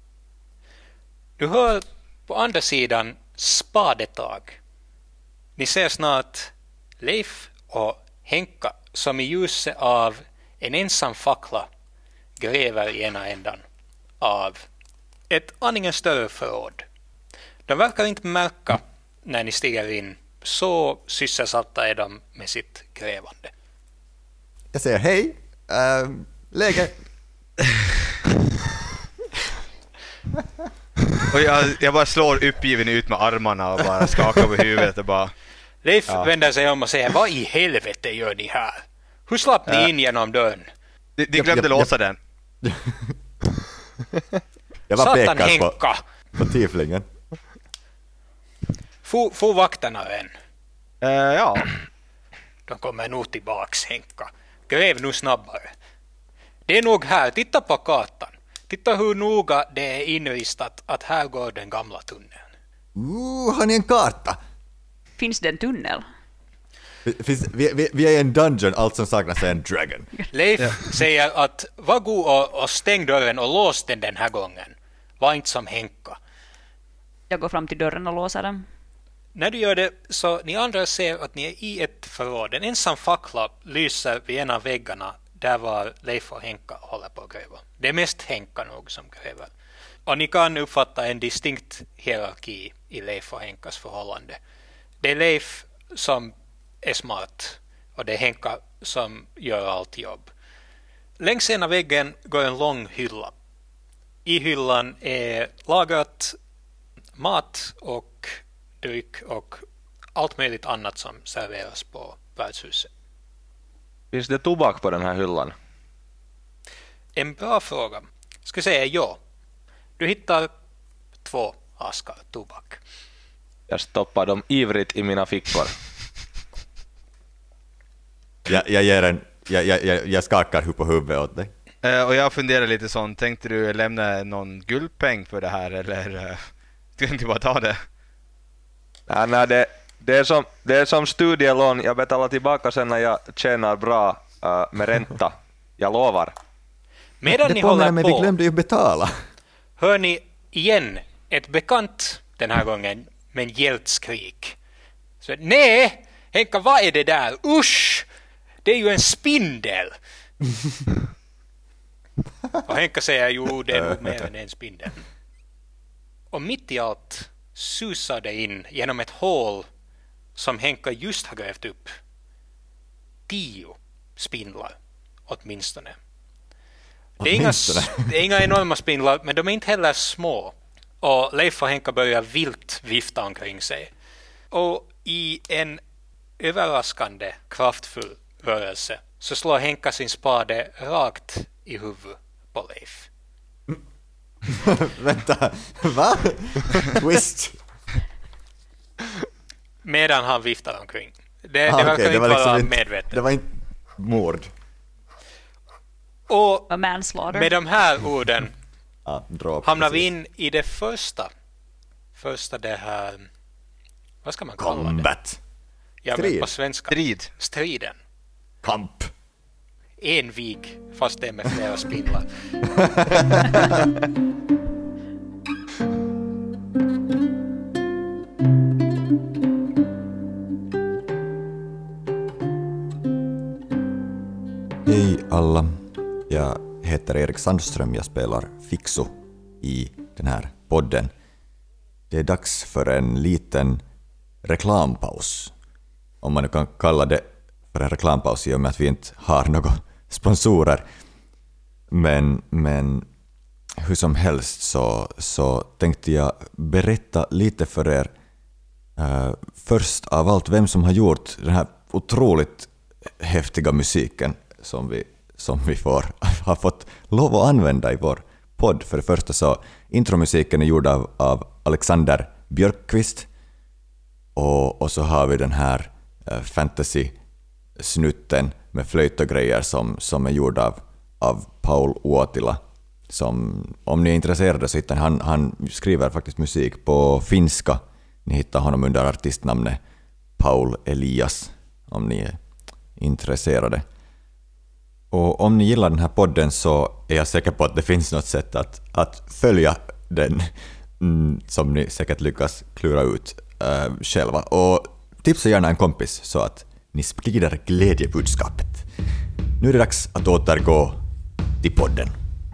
Du hör på andra sidan spadetag. Ni ser snart Leif och Henka som i ljuset av en ensam fackla gräver i ena ändan av ett aningen större förråd. De verkar inte märka när ni stiger in. Så sysselsatta är de med sitt grävande. Jag säger hej, äh, läge. Och jag, jag bara slår uppgiven ut med armarna och bara skakar på huvudet och bara... Leif ja. vänder sig om och säger, vad i helvete gör ni här? Hur slapp ni in genom dörren? De, de glömde jag, låsa jag, den. Jag var Satan pekad Henka. på, på tieflingen. Få, få vakterna än. Uh, ja. De kommer nog tillbaks, Henka. Gräv nu snabbare. Det är nog här, titta på kartan. Titta hur noga det är inristat att här går den gamla tunneln. Ooh, har ni en karta? Finns det en tunnel? Finns, vi, vi, vi är i en dungeon, allt som saknas är en dragon. Leif ja. säger att var god och, och stäng dörren och lås den den här gången. Var inte som Henka. Jag går fram till dörren och låser den. När du gör det så ni andra ser att ni är i ett förråd. En ensam fackla lyser vid en av väggarna där var Leif och Henka håller på att gräva. Det är mest Henka nog som gräver. Och ni kan uppfatta en distinkt hierarki i Leif och Henkas förhållande. Det är Leif som är smart och det är Henka som gör allt jobb. Längs ena väggen går en lång hylla. I hyllan är lagrat mat och dryck och allt möjligt annat som serveras på värdshuset. Finns det tobak på den här hyllan? En bra fråga. Ska säga ja. Du hittar två askar tobak. Jag stoppar dem ivrigt i mina fickor. jag, jag, ger en, jag, jag, jag skakar på huvudet åt dig. Uh, och jag funderar lite sånt. Tänkte du lämna någon guldpeng för det här eller uh, ska du inte bara ta det? Nej, nej det, det, är som, det är som studielån. Jag betalar tillbaka sen när jag tjänar bra uh, med ränta. Jag lovar. Medan det ni håller mig, på, vi glömde ju betala. Hör ni igen ett bekant den här gången med en hjältskrik. Så, nej, Henka, vad är det där? Usch! Det är ju en spindel. Och Henka säger, jo, det är nog mer än en spindel. Och mitt i allt susar det in genom ett hål som Henka just har grävt upp. Tio spindlar, åtminstone. Det är, inga, det är inga enorma spindlar, men de är inte heller små. Och Leif och Henka börjar vilt vifta omkring sig. Och i en överraskande kraftfull rörelse så slår Henka sin spade rakt i huvudet på Leif. Vänta, va? Twist. Medan han viftar omkring. Det, ah, det verkar okay, inte det var liksom vara inte, medvetet. Det var inte mord. Och manslaughter. Med de här orden ah, drop, hamnar precis. vi in i det första. Första det här... Vad ska man kalla Combat. det? Ja, men på svenska. Strid. Striden. Kamp. Envig, fast det är med flera spindlar. Hej alla, jag heter Erik Sandström, jag spelar Fixu i den här podden. Det är dags för en liten reklampaus, om man nu kan kalla det för en reklampaus i och med att vi inte har några sponsorer. Men, men hur som helst så, så tänkte jag berätta lite för er uh, först av allt vem som har gjort den här otroligt häftiga musiken som vi, som vi får, har fått lov att använda i vår podd. För det första så intromusiken är gjord av, av Alexander Björkqvist, och, och så har vi den här uh, fantasy-snutten med flöjt och grejer som, som är gjord av, av Paul Uotila. Som, om ni är intresserade så hittar han, han skriver faktiskt musik på finska. Ni hittar honom under artistnamnet Paul Elias om ni är intresserade. Och om ni gillar den här podden så är jag säker på att det finns något sätt att, att följa den, mm, som ni säkert lyckas klura ut äh, själva. Och tipsa gärna en kompis så att ni sprider glädjebudskapet. Nu är det dags att återgå till podden.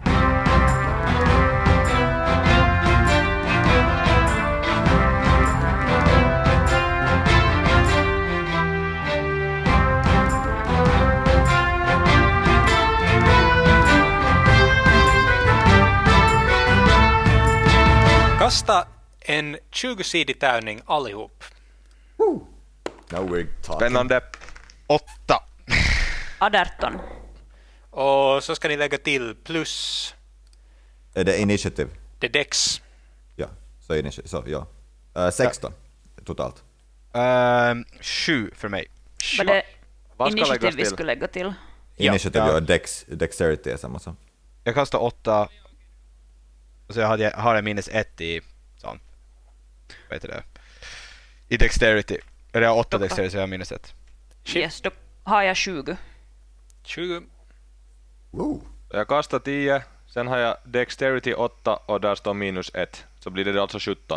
Kasta en tjugo-sidig tärning allihop. Now we're talking. Spännande. Åtta. arton. Och så ska ni lägga till plus Är det initiativ? det dex. Ja, så initiativ. Så, ja. Uh, sexton totalt. Ehm, sju för mig. Var det Vad ska initiativ läggas vi till? skulle lägga till? Ja. Initiativ Ja. och dex, dexterity är samma som. Jag kastar åtta. Och så jag hade, har jag minus ett i sån. Vad heter det? I dexterity. Eller jag har åtta dexterity så jag har minus ett. Shit. Yes, då har jag tjugo. tjugo. Wow. Jag kastar tio, sen har jag dexterity åtta och där står minus ett. Så blir det alltså sjutton.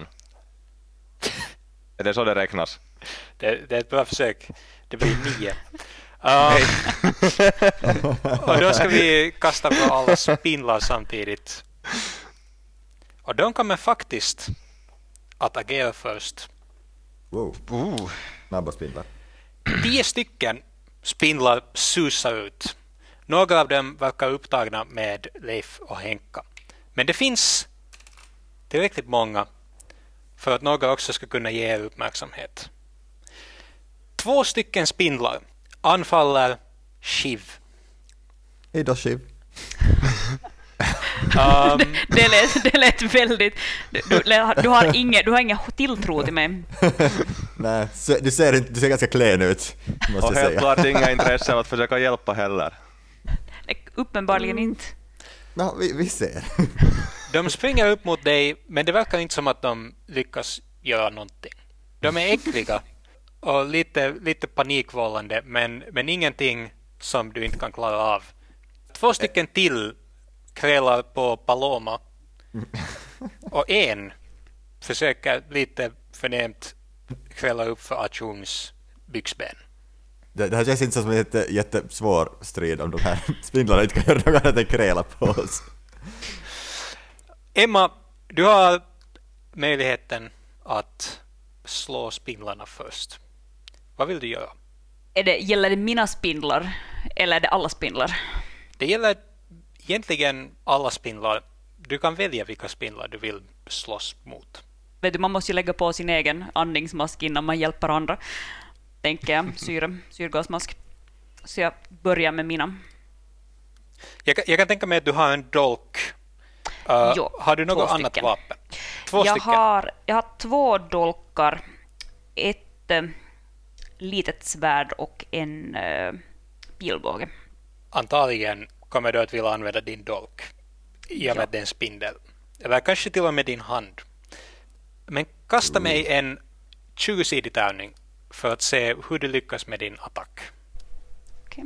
Är det så det räknas? Det, det är ett bra försök. Det blir nio. Uh, och då ska vi kasta på alla spindlar samtidigt. Och de kommer faktiskt att agera först. Wow. Ooh. Snabba spindlar. Tio stycken spindlar susar ut. Några av dem verkar upptagna med Leif och Henka. Men det finns tillräckligt många för att några också ska kunna ge er uppmärksamhet. Två stycken spindlar anfaller Shiv. Hej då, Shiv. Um, Det lät, det lät väldigt... Du, du, du, har ingen, du har ingen tilltro till mig. Nej, så, du, ser inte, du ser ganska klen ut, måste Och jag helt säga. klart inga intresse av att försöka hjälpa heller. Uppenbarligen inte. Ja, vi, vi ser. de springer upp mot dig, men det verkar inte som att de lyckas göra någonting. De är äckliga och lite, lite panikvållande, men, men ingenting som du inte kan klara av. Två stycken till krälar på Paloma och en försöker lite förnämt kräla upp för Achungs byxben. Det, det här känns inte som en jätte, jättesvår strid om de här spindlarna inte kan göra något annat än kräla på oss. Emma, du har möjligheten att slå spindlarna först. Vad vill du göra? Är det, gäller det mina spindlar eller är det alla spindlar? Det gäller egentligen alla spindlar. Du kan välja vilka spindlar du vill slåss mot. Vet du, man måste ju lägga på sin egen andningsmask innan man hjälper andra. Tänker jag, syre, syrgasmask. Så jag börjar med mina. Jag kan, jag kan tänka mig att du har en dolk. Uh, Jo, har du något två annat stycken. vapen? Två jag, stycken. har, jag har två dolkar, ett äh, litet svärd och en äh, pilbåge. Antagligen kommer du att vilja använda din dolk i och med Ja. att det är en spindel. Eller kanske till och med din hand. Men kasta mig en tjugo-sidig tärning för att se hur du lyckas med din attack. Okej.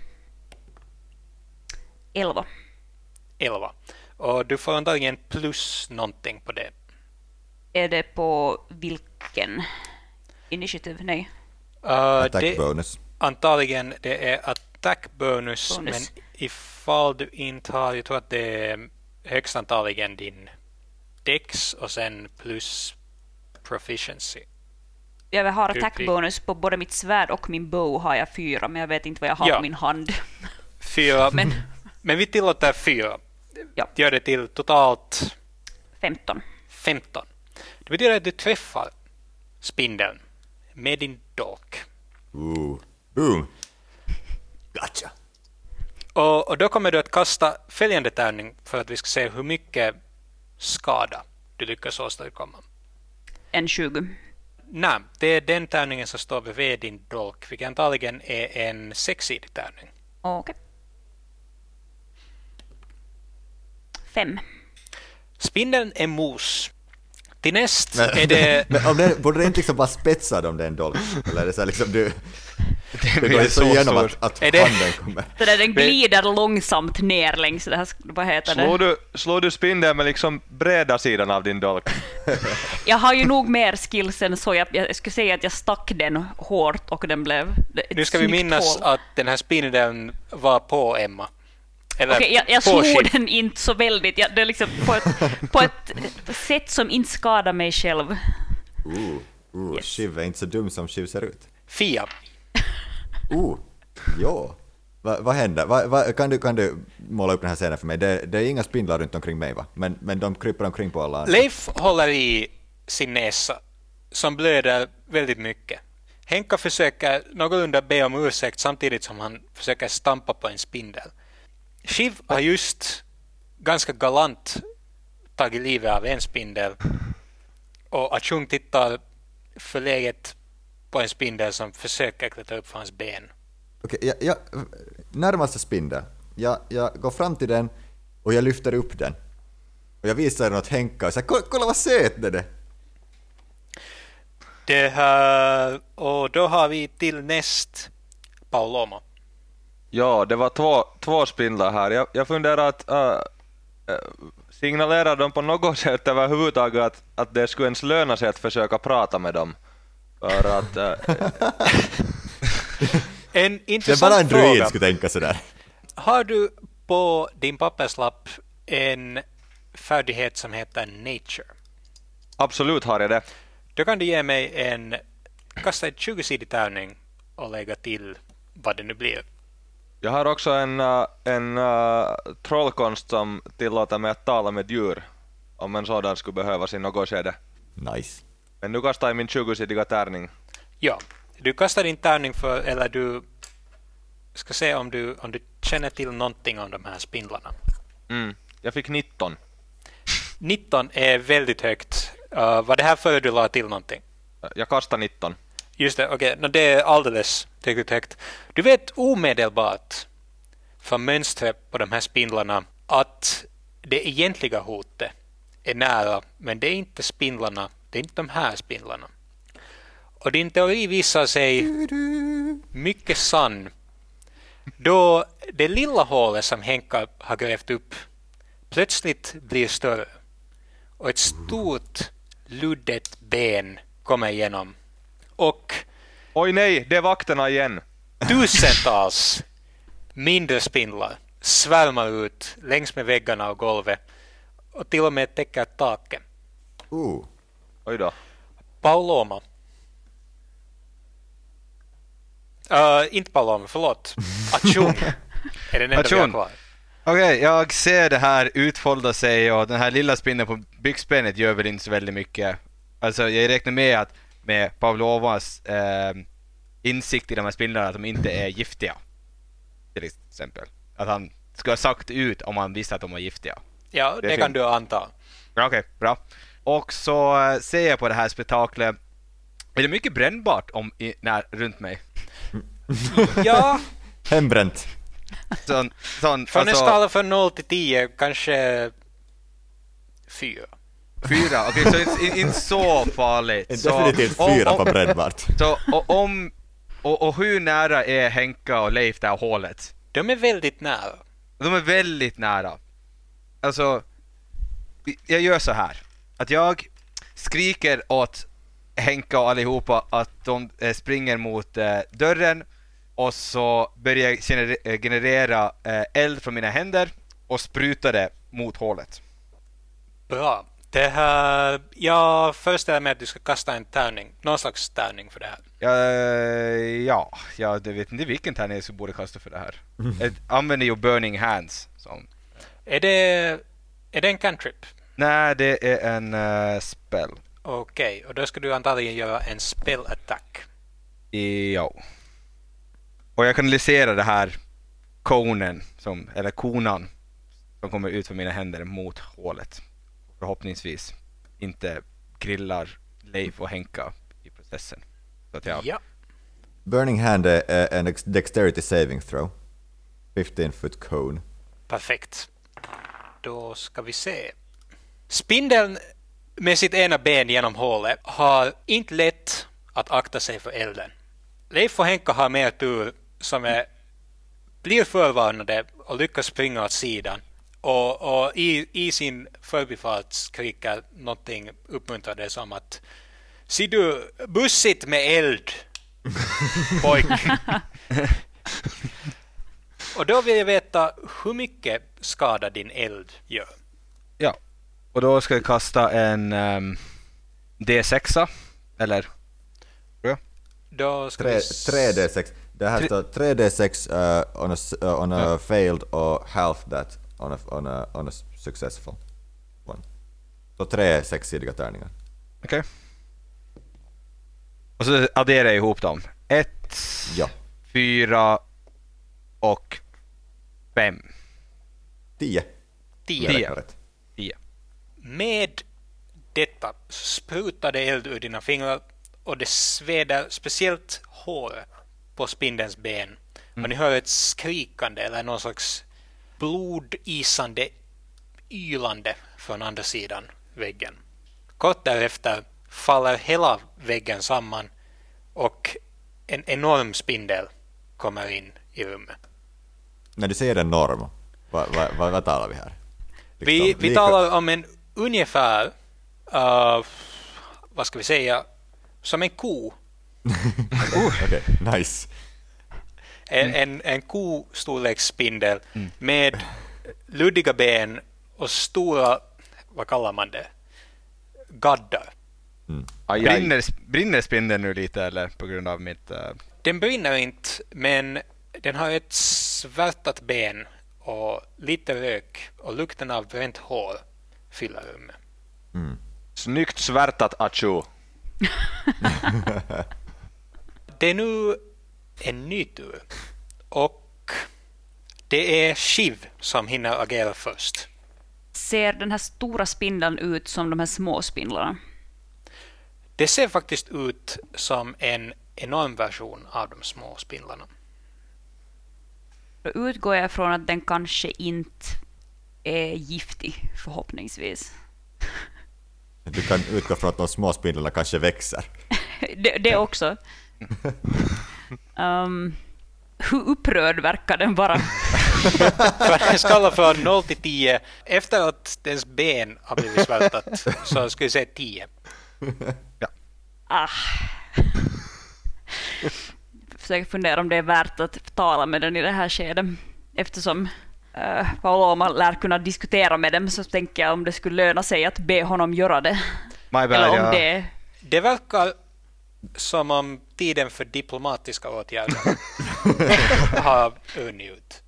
elva. elva. Och du får antagligen plus någonting på det. Är det på vilken? Initiativ? Nej. Uh, Attack det, bonus. antagligen det är att attack bonus, Bonus. men ifall du inte har, jag tror att det är högst antagligen din dex och sen plus proficiency. Jag har Du- attack-bonus på både mitt svärd och min bow har jag fyra, men jag vet inte vad jag har Ja. på min hand. Fyra, Men men vi tillåter fyra. Ja. Gör det till totalt femton. femton. Det betyder att du träffar spindeln med din dolk. Ooh. Boom. Gotcha. Och, och då kommer du att kasta följande tärning för att vi ska se hur mycket skada du lyckas åstadkomma. En tjugo. Nej, det är den tärningen som står bredvid din dolk, vilket antagligen är en sexsidig tärning. Okej. Fem. Spindeln är mos. Till näst är det... Men om det, borde det inte liksom bara spetsa dem den dolk? Eller är det så här liksom du... Det Det blir går så så igenom stor. att, att Är det- handen kommer. Så där den glider långsamt ner längs det här, vad heter Slår det? du, slår du spindeln med liksom breda sidan av din dolk? Jag har ju nog mer skills än så. Jag, jag skulle säga att jag stack den hårt och den blev ett Nu ska vi snyggt minnas hål. att den här spindeln var på Emma. Eller Okej, jag, jag på slog Shiv. den inte så väldigt. Jag, det är liksom på, ett, på ett sätt som inte skadar mig själv. Ooh. Ooh. Yes. Shiv är inte så dum som Shiv ser ut. Fia. Oh, ja. Va, vad händer? Va, va, kan, du, kan du måla upp den här scenen för mig? Det, det är inga spindlar runt omkring mig, va? Men, men de kryper omkring på alla andra. Leif håller i sin näsa som blöder väldigt mycket. Henka försöker någorlunda be om ursäkt samtidigt som han försöker stampa på en spindel. Shiv har just ganska galant tagit livet av en spindel och Achung tittar förläget på en spindel som försöker klättra upp för hans ben. Okej, jag, jag, närmaste spindel. Jag, jag går fram till den och jag lyfter upp den. Och jag visar den åt Henka och säger, kolla, kolla vad söt den är. Det här, och då har vi till näst Paulomo. Ja, det var två, två spindlar här. Jag, jag funderar att äh, äh, signalerar de på något sätt överhuvudtaget att, att det skulle ens löna sig att försöka prata med dem. För att... Äh, En Det är intressant bara en fråga. druid skulle tänka sådär. Har du på din papperslapp en färdighet som heter Nature? absolut har jag det. Då kan du ge mig en, kasta en tjugo-sidig tärning och lägga till vad det nu blir. Jag har också en, äh, en äh, trollkonst som tillåter mig att tala med djur. Om en sådan skulle behövas i något skede. Nice. Men nu kastar jag min tjugo-sidiga tärning. Ja, du kastar din tärning för, eller du ska se om du, om du känner till någonting om de här spindlarna. Mm. Jag fick nitton. nitton är väldigt högt. Uh, var det här före du la till någonting? Jag kastar nitton. Just det, okej. Okay. No, det är alldeles tillräckligt högt. Du vet omedelbart från mönstret på de här spindlarna att det egentliga hotet är nära, men det är inte spindlarna, det är inte de här spindlarna. Och din teori visar sig mycket sann då det lilla hålet som Henka har grävt upp plötsligt blir större och ett stort luddigt ben kommer igenom och Oj nej, det är vakterna igen. tusentals mindre spindlar svärmar ut längs med väggarna och golvet och till och med täcker taket. Ooh. Oj då. Pauloma. Uh, inte Pauloma, förlåt. Achung är den enda vi har Achung. kvar. Okej, jag ser det här utfolda sig och den här lilla spindeln på byxbenet gör väl inte så väldigt mycket. Alltså jag räknar med att med Pavlovas eh, insikt i de här spindlarna att de inte är giftiga. Till exempel. Att han skulle ha sagt ut om han visste att de var giftiga. Ja, det, Det är kan fint. du anta. Okej, okay, bra. Och så eh, ser jag på det här spektaklet. Är det mycket brännbart om, i, när, runt mig? Ja, Hembränt. Sån, sån, från en alltså, skala från noll till tio kanske fyra. fyra, okej, så inte, inte så farligt. Så, Definitivt om- fyra om- på brännbart. Så och, om, och, och hur nära är Henka och Leif det här hålet? De är väldigt nära. De är väldigt nära. Alltså, jag gör så här. Att jag skriker åt Henka och allihopa att de eh, springer mot eh, dörren. och så börjar jag gener- generera eh, eld från mina händer och spruta det mot hålet. Bra. Det här, jag föreställer mig att du ska kasta en tärning. Någon slags tärning för det här. Ja, ja, jag vet inte vilken tärning jag borde kasta för det här. Jag använder ju Burning Hands. Som... Är det, är det en cantrip? Nej, det är en uh, spell. Okej, okay, och då ska du antagligen göra en spell attack. Ja. Och jag kanaliserar det här konen, som, eller konan som kommer ut från mina händer mot hålet. Förhoppningsvis inte grillar Leif och Henka i processen. Så att jag... Ja. Burning Hand är en dexterity saving throw. fifteen foot cone. Perfekt. Då ska vi se. Spindeln med sitt ena ben genom hålet har inte lätt att akta sig för elden. Leif och Henka har mer tur som är, blir förvarnade och lyckas springa åt sidan. Och, och i, i sin förbifart skriker någonting uppmuntrande som att "Se du, bussigt med eld, pojk." Och då vill jag veta hur mycket skada din eld gör. Ja, och då ska jag kasta en um, D sex, eller? Ja. Då ska tre, vi... tre D sex. Det här står tre D sex uh, on a, uh, on a Ja. failed och half that on a, on a, on a successful one. Så tre sexsidiga tärningar. Okej. Okay. Och så adderar jag ihop dem. Ett, Ja. fyra och fem. Tio. Tio. Jag Tio. räknar rätt. Tio. Med detta sprutar det eld ur dina fingrar och det sveder speciellt hår på spindelns ben. Mm. Och ni hör ett skrikande eller någon slags blodisande ylande från andra sidan väggen. Kort därefter faller hela väggen samman och en enorm spindel kommer in i rummet. När du säger en norm, vad, vad, vad, vad talar vi här? Vi, Liksom, vi lika- talar om en ungefär, uh, vad ska vi säga, som en ko. Okej, nice. En, en, en ko-storleksspindel med luddiga ben och stora, vad kallar man det, gaddar. Aj, aj. Brinner, brinner spindeln nu lite, eller på grund av mitt... Uh... Den brinner inte, men den har ett svärtat ben och lite rök och lukten av bränt hår fyller rummet. Snyggt svärtat, Achu. Det är nu en ny tur och det är Shiv som hinner agera först. Ser den här stora spindeln ut som de här små spindlarna? Det ser faktiskt ut som en enorm version av de små spindlarna. Då utgår jag från att den kanske inte är giftig, förhoppningsvis. Du kan utgå från att de små spindlarna kanske växer. Det, det också. Um, hur upprörd verkar den vara? För en skala från noll till tio, efter att dens ben har blivit svärtat, så skulle jag säga tio. Ah. Försöker fundera om det är värt att tala med den i det här skedet. Eftersom uh, Paloma lär kunna diskutera med dem, så tänker jag om det skulle löna sig att be honom göra det. My bad, Eller om ja. det... Det verkar som om tiden för diplomatiska åtgärder har runnit ut.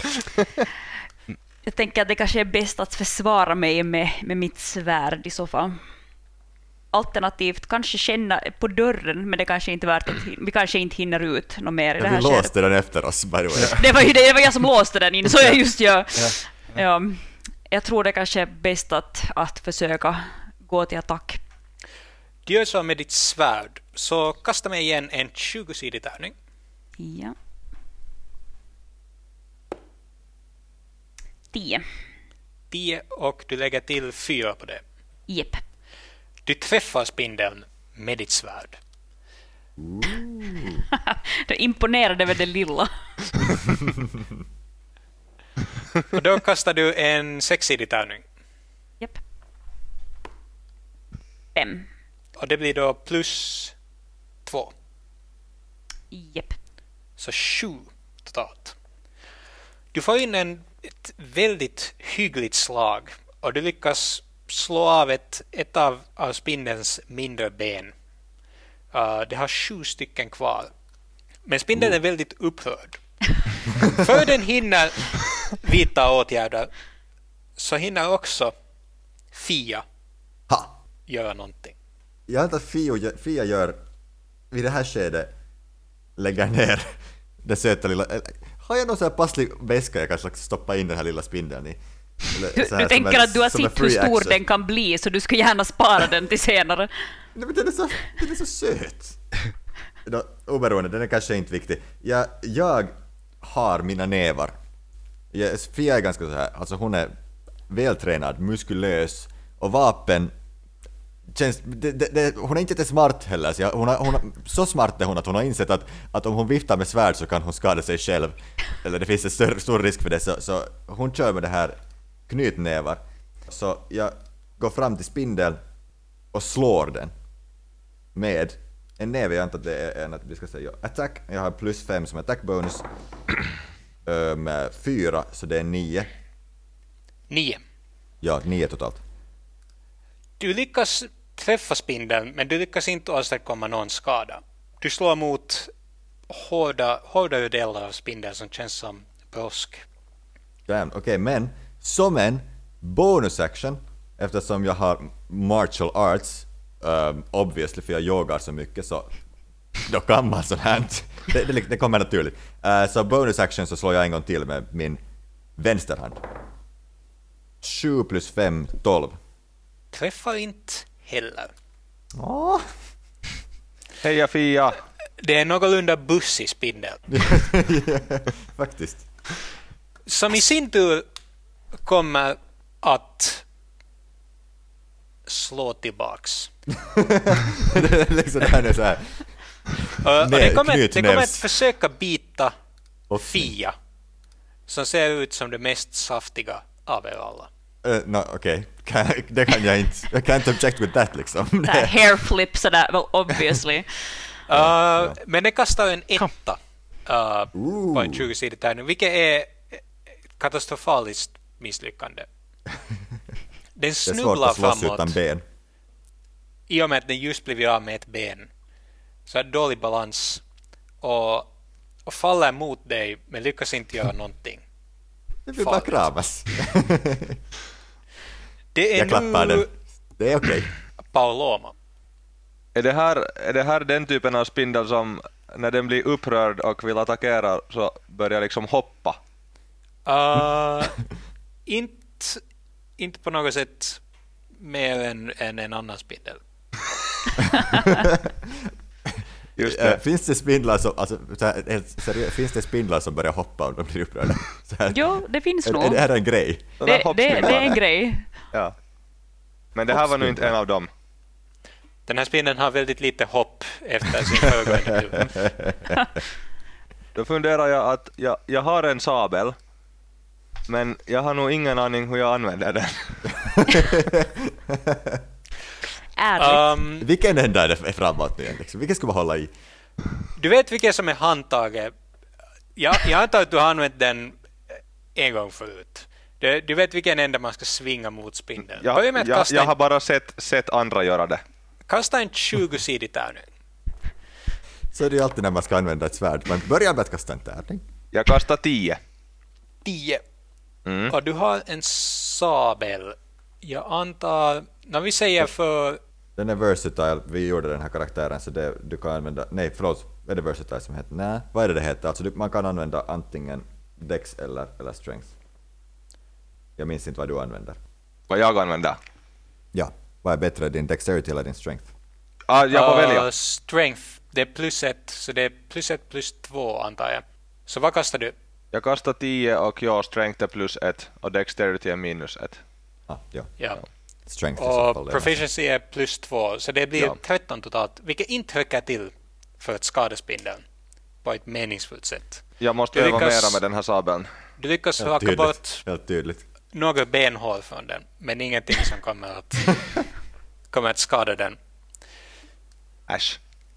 Jag tänker att det kanske är bäst att försvara mig med, med mitt svärd i så fall. Alternativt kanske känna på dörren, men det kanske inte är värt att vi kanske inte hinner ut något mer i det Ja, här vi skedet. låste den efter oss, by the way. Det var ju det, det var jag som låste den in, så jag just gör. Ja. Ja, jag tror det kanske är bäst att, att försöka gå till attack. Du gör så med ditt svärd, så kasta mig igen en tjugo-sidig tärning. Ja. tio. tio och du lägger till fyra på det. Jep. Du träffar spindeln med ditt svärd. Det imponerade med det lilla. Och då kastar du en sexsidig tärning. Jep. Fem. Och det blir då plus två. Jep. Så sju totalt. Du får in en, ett väldigt hyggligt slag och du lyckas slå av ett, ett av, av spindelns mindre ben. Uh, det har sju stycken kvar. Men spindeln är väldigt upprörd. För den hinner vidta åtgärder så hinner också Fia Ha! göra någonting. Jag antar att Fia, Fia gör, vid det här skedet, lägger ner det söta lilla... Har jag någon sån här passlig väska jag kan stoppa in den här lilla spindeln i? Du, du tänker en, att du har sett hur stor action. Den kan bli, så du ska gärna spara den till senare. Nej, men den är så, den är så söt. Då, oberoende, den är kanske inte viktig. Jag, jag har mina nävar. Jag, Fia är ganska så här, alltså hon är vältränad, muskulös och vapen känns, det, det, det, hon är inte jätte smart heller, så jag, hon har, hon har, så smart är hon att hon har insett att, att om hon viftar med svärd så kan hon skada sig själv, eller det finns en större, stor risk för det, så, så hon kör med det här knytnävar. Så jag går fram till spindeln och slår den med en näve. Jag antar att det är en, att vi ska säga attack. Jag har plus fem som attack bonus med fyra, så det är nio. Nio. Ja, nio totalt. Du lyckas träffa spindeln, men du lyckas inte åstadkomma någon skada. Du slår mot hårda, hårdare delar av spindeln som känns som brosk. Okej, okay, men som en bonus action, eftersom jag har martial arts, um, obviously för jag yogar så mycket, så då kan man sånt här. Det, det, det kommer naturligt. Uh, så bonus action så slår jag en gång till med min vänsterhand. sju plus fem, tolv. Träffar inte heller. Åh. Heja Fia! Det är någorlunda bussig spindel. Yeah, faktiskt. Som i sin tur kommer att slå tillbaks. Det är liksom det här är så här. Och, och det, kommer, det kommer att försöka bita Fia, som ser ut som det mest saftiga av er alla. Uh, no, okej, okay. Det kan jag inte. Jag kan inte object with that liksom. Hair flip sådär, well obviously. uh, ja. Men det kastar en etta uh, på en tjugo-sidig tärning, vilket är katastrofaliskt misslyckande. Den snubblar framåt utan ben. I och med att den just blivit av med ett ben. Så har dålig balans och, och faller mot dig, men lyckas inte göra någonting. Det vill bara kramas. Det är jag klappar nu den. Det är okej. Okay. Paloma. Är det, här, är det här den typen av spindel som när den blir upprörd och vill attackera så börjar liksom hoppa? Uh, inte, inte på något sätt mer än, än en annan spindel. Just det. Finns det spindlar som, alltså, så här, helt seriöst, finns det spindlar som börjar hoppa om de blir upprörda? Så här, jo, det finns är, nog. Är det här en grej? Det, det, det är en grej. Ja. Men det här var nog inte en av dem. Den här spindeln har väldigt lite hopp efter sin föregående tur. Då funderar jag att jag, jag har en sabel, men jag har nog ingen aning hur jag använder den. um, vilken ända är det framåt nu? Liksom? Vilken ska man hålla i? Du vet vilken som är handtaget? Jag, jag antar att du har använt den en gång förut. Du, du vet vilken ända man ska svinga mot spindeln. Jag, jag, jag, jag har bara sett, sett andra göra det. Kasta en tjugo-sidig tärning. Så är det ju alltid när man ska använda ett svärd. Man börjar med att kasta en tärning. Jag kastar tio. Tio. Mm. Och du har en sabel. Jag antar... När vi säger för... Den är versatile. Vi gjorde den här karaktären så det, du kan använda... Nej, förlåt. Är det versatile som heter? Nej, vad är det det heter? Alltså du, man kan använda antingen dex eller, eller strength. Jag minns inte vad du använder. Vad jag använder? Ja, vad är bättre, din dexterity eller din strength? Ah, jag får uh, välja. Strength, det är plus ett, så det är plus ett plus två antar jag. Så vad kastar du? Jag kastar tio och jag strength är plus ett och dexterity är minus ett. Ah, ja. Ja. Strength och proficiency är plus två, så det blir ja. tretton totalt, vilket inte räcker till för att skada spindeln på ett meningsfullt sätt. Jag måste öva mera med den här sabeln. Du lyckas haka bort helt tydligt. Några benhår från den, men ingenting som kommer att, kommer att skada den. Äsch.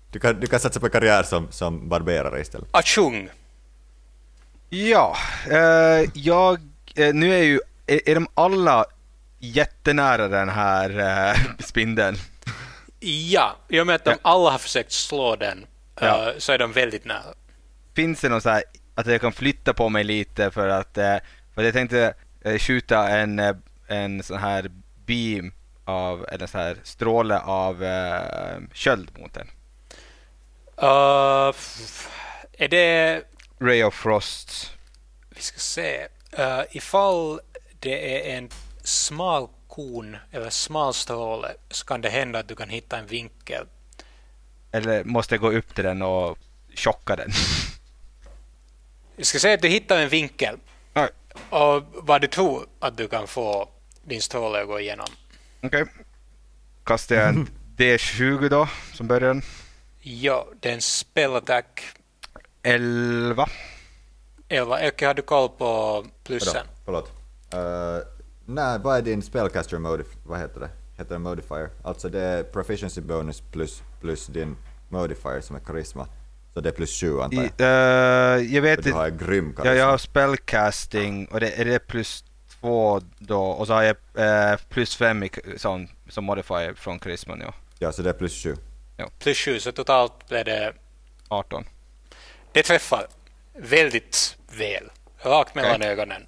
Du kan, du kan satsa på karriär som, som barberare istället. Achung. Ja, eh, jag, eh, nu är ju, är, är de alla jättenära den här eh, spindeln? Ja, i och med att de Ja. alla har försökt slå den Ja. eh, så är de väldigt nära. Finns det någon så här att jag kan flytta på mig lite för att, eh, för jag tänkte eh, skjuta en, eh, en sån här beam av, eller så här stråle av eh, köld mot den. Uh, f- är det, Ray of Frost. vi ska se, uh, ifall det är en smal kon eller smal stråle så kan det hända att du kan hitta en vinkel. Eller måste jag gå upp till den och chocka den? Vi ska säga att du hittar en vinkel Ja. och vad du tror att du kan få din stråle att gå igenom. Okej. Kastar jag en D tjugo då, som början. Ja, det är en spell-attack. elva. elva. Okej, har du koll på plussen? Vadå? Förlåt. Uh, nej, vad är din spellcaster modif- vad heter det? Heter det modifier? Alltså det är proficiency bonus plus, plus din modifier som är karisma. Så det är plus sju antar I, jag. eh, jag vet För du har inte. en grym karisma. Ja, jag har spellcasting och det är det plus två då. Och så har jag eh, plus fem i, sån, som modifier från karisman. Ja. Ja, så det är plus sju. Plus sju, så totalt blir det... arton. Det träffar väldigt väl. Rakt mellan Okej. ögonen.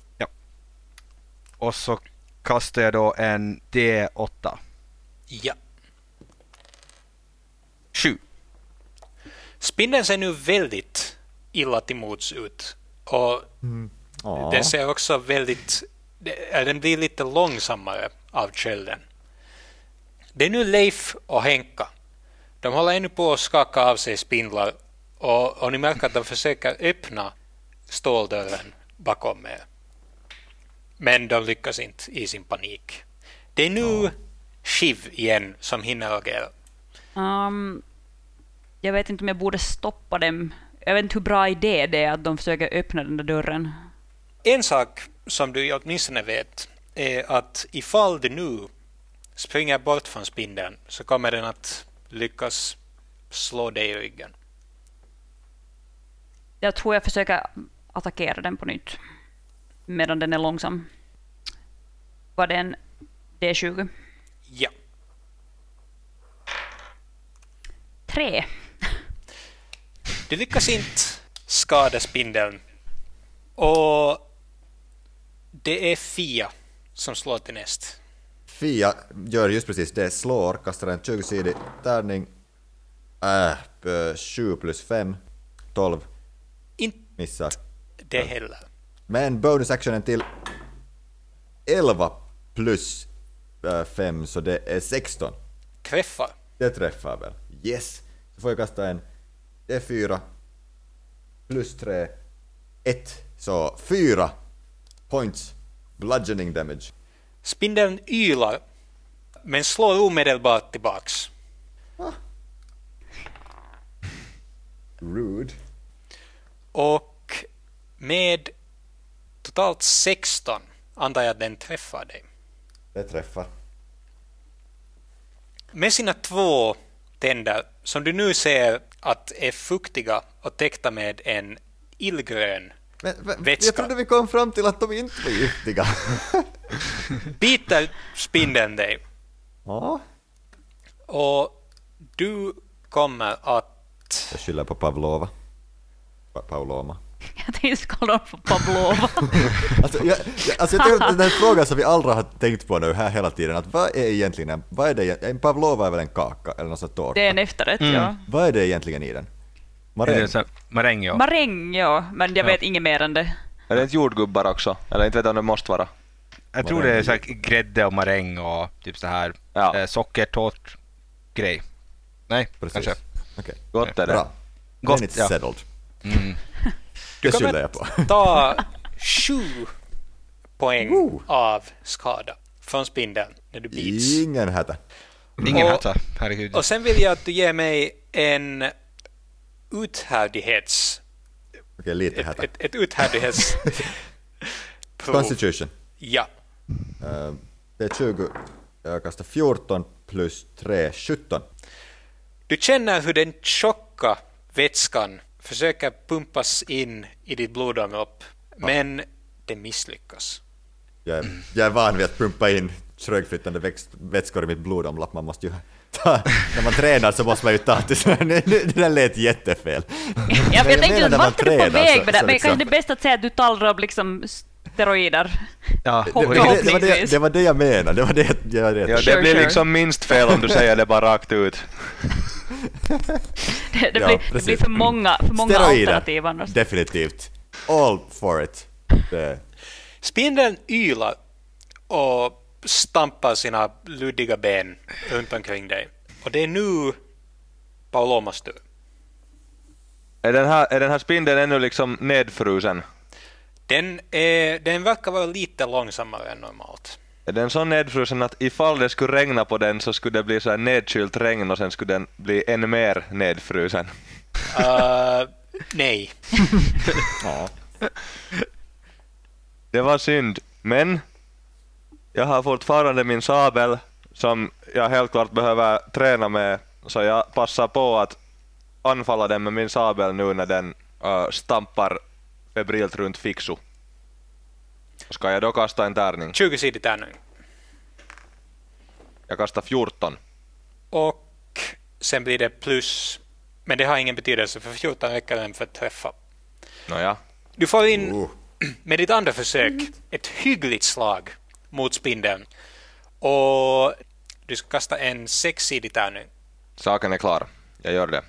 Och så kastar jag då en D åtta. Ja. sju. Spindeln ser nu väldigt illa till mods ut. Och Ja. den ser också väldigt... det- Den blir lite långsammare av kölden. Det är nu Leif och Henka. De håller ännu på att skaka av sig spindlar. Och, och ni märker att de försöker öppna ståldörren bakom er. Men de lyckas inte i sin panik. Det är nu Shiv igen som hinner agera. Um, jag vet inte om jag borde stoppa dem. Jag vet inte hur bra idé det är att de försöker öppna den där dörren. En sak som du åtminstone vet är att ifall du nu springer bort från spindeln så kommer den att lyckas slå dig i ryggen. Jag tror jag försöker attackera den på nytt. Medan den är långsam. Var det en D tjugo? Ja. Tre. Du lyckas inte skada spindeln. Och det är Fia som slår till näst. Fia gör just precis det, slår, kastar en tjugo-sidig tärning. Äh, sju plus fem, tolv, Inte missar. det heller. Men bonusactionen till elva plus fem, så det är sexton. Träffar. Det träffar väl. Yes! Så får jag kasta en D fyra plus tre, ett, så fyra points bludgeoning damage. Spindeln ylar men slår omedelbart tillbaks. Rude. Och med totalt sexton antar jag att den träffar dig. Det träffar. Med sina två tänder som du nu ser att är fuktiga och täckta med en illgrön Men, men, vätska. jag trodde vi kom fram till att de inte var giftiga. biter spindeln dig. Ja. Och du kommer att... Jag skyller på Pavlova. Pa- Pauloma. Jag tänkte kalla dem för Pavlova. Alltså, jag, jag, alltså jag tänkte att den här frågan som vi aldrig har tänkt på nu här hela tiden, att vad är egentligen en, vad är det, en Pavlova är väl en kaka eller något sånt tårta? Det är en efterrätt, ja. Vad är det egentligen i den? Är Maräng? det så- Maräng, ja. Maräng, ja. Men jag Ja. vet inget mer än det. Är det inte jordgubbar också? Eller inte vet jag om det måste vara. Jag tror det är så här grädde och maräng och typ så här Ja. eh, sockertårt grej. Nej, Precis. kanske. Okej. Gott är det. Bra. Gott, Then it's ja. settled. Mm. Du Det kommer skyller jag på. ta sju poäng Woo. av skada från spindeln när du bits. Ingen häta. Ingen Och- hatta, herregud. Och sen vill jag att du ger mig en uthärdighets... Okej, lite Ett, häta. ett, ett uthärdighetsprov. Constitution. Ja. Uh, det är tjugo. Jag kastar fjorton plus tre, sjutton. Du känner hur den tjocka vätskan försöker pumpas in i ditt blodomlopp, men det misslyckas. Jag, är- jag är van vid att pumpa in trögflytande växt, vätskor i mitt blodomlopp. Man måste ju ta, när man tränar så måste man ju ta till sådär. Nu, nu, det där lät jättefel. Jag, Men jag tänkte menar att när man vart är du på tränar väg så- med det? så Men liksom- kanske det är bäst att säga att du talar om liksom steroider. Ja, Det, det, det, det, var det, det var det jag menade. Det var det jag rätt. Ja, det Sure, blir sure. liksom minst fel om du säger det bara rakt ut. Det, det, Ja, blir, det precis. blir för många, för många Steroider. alternativ annars. Definitivt. All for it. Det. Spindeln ylar och stampar sina luddiga ben runt omkring dig. Och det är nu Paulomas tur. Är den här, är den här spindeln ännu liksom nedfrusen? Den, är, den verkar vara lite långsammare än normalt. Är den så nedfrusen att ifall det skulle regna på den så skulle det bli så här nedkylt regn och sen skulle den bli ännu mer nedfrusen? Uh, nej. Ja. Det var synd, men jag har fortfarande min sabel som jag helt klart behöver träna med, så jag passar på att anfalla den med min sabel nu när den uh, stampar febrilt runt Fixu. Ska jag då kasta en tärning? tjugo sidor tärning. Jag kastar fjorton. Och sen blir det plus, men det har ingen betydelse för fjorton räcker den för att träffa. Nåja. Du får in Uh. med ditt andra försök ett hyggligt slag mot spindeln. Och du ska kasta en sexsidig tärning. Saken är klar. Jag gör det.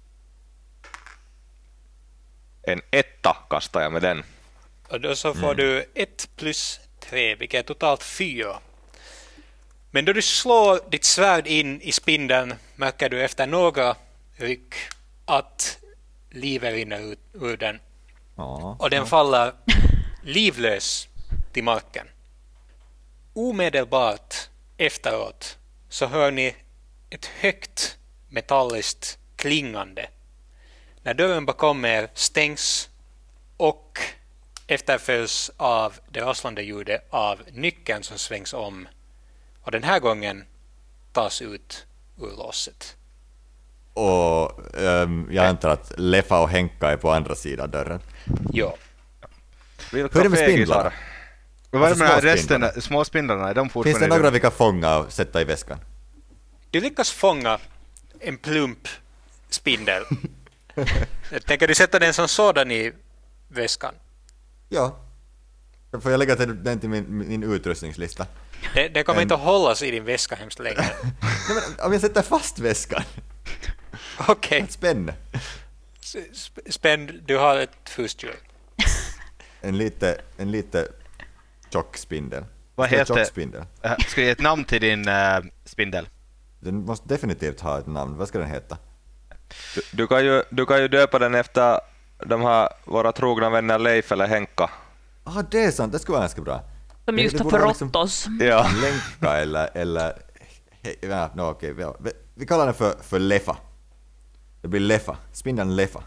En etta kastar jag med den. Och då så får du ett plus tre, vilket är totalt fyra. Men då du slår ditt svärd in i spindeln märker du efter några ryck att livet rinner ut ur den. Ja. Och den faller livlös till marken. Omedelbart efteråt så hör ni ett högt metalliskt klingande när dörren bakom er stängs och efterföljs av det rasslande ljudet av nyckeln som svängs om och den här gången tas ut ur låset. Och ehm, jag antar att Leffa och Henka är på andra sidan dörren. Ja. Vilka Hur är det med fegisar? spindlarna? Vad var det Alltså med småspindlarna. resten? Småspindlarna, är de Finns fortfarande det i några rummet? vi kan fånga och sätta i väskan? Du lyckas fånga en plump spindel. Tänker du sätta den som sådan i väskan? Ja. Då får jag lägga till den till min, min utrustningslista. Det, det kommer En- inte att hållas i din väska hemskt länge. Nej, men om jag sätter fast väskan, Okej, spänn. Sp- spänn, du har ett husdjur. En lite, en lite tjock spindel. Vad Ska jag heter- tjock spindel? Äh, Ska jag ge ett namn till din äh, spindel? Den måste definitivt ha ett namn. Vad ska den heta? Du, du, kan ju, du kan ju döpa den efter de här våra trogna vänner Leif eller Henka. Ah, det är sant. Det skulle vara ganska bra. Som Det- just det har borde vara förrått liksom oss. Ja. Lenka eller... eller hej, ja, no, okej, ja. vi, vi kallar den för, för Leffa. Det blir Leffa. Spindeln Leffa.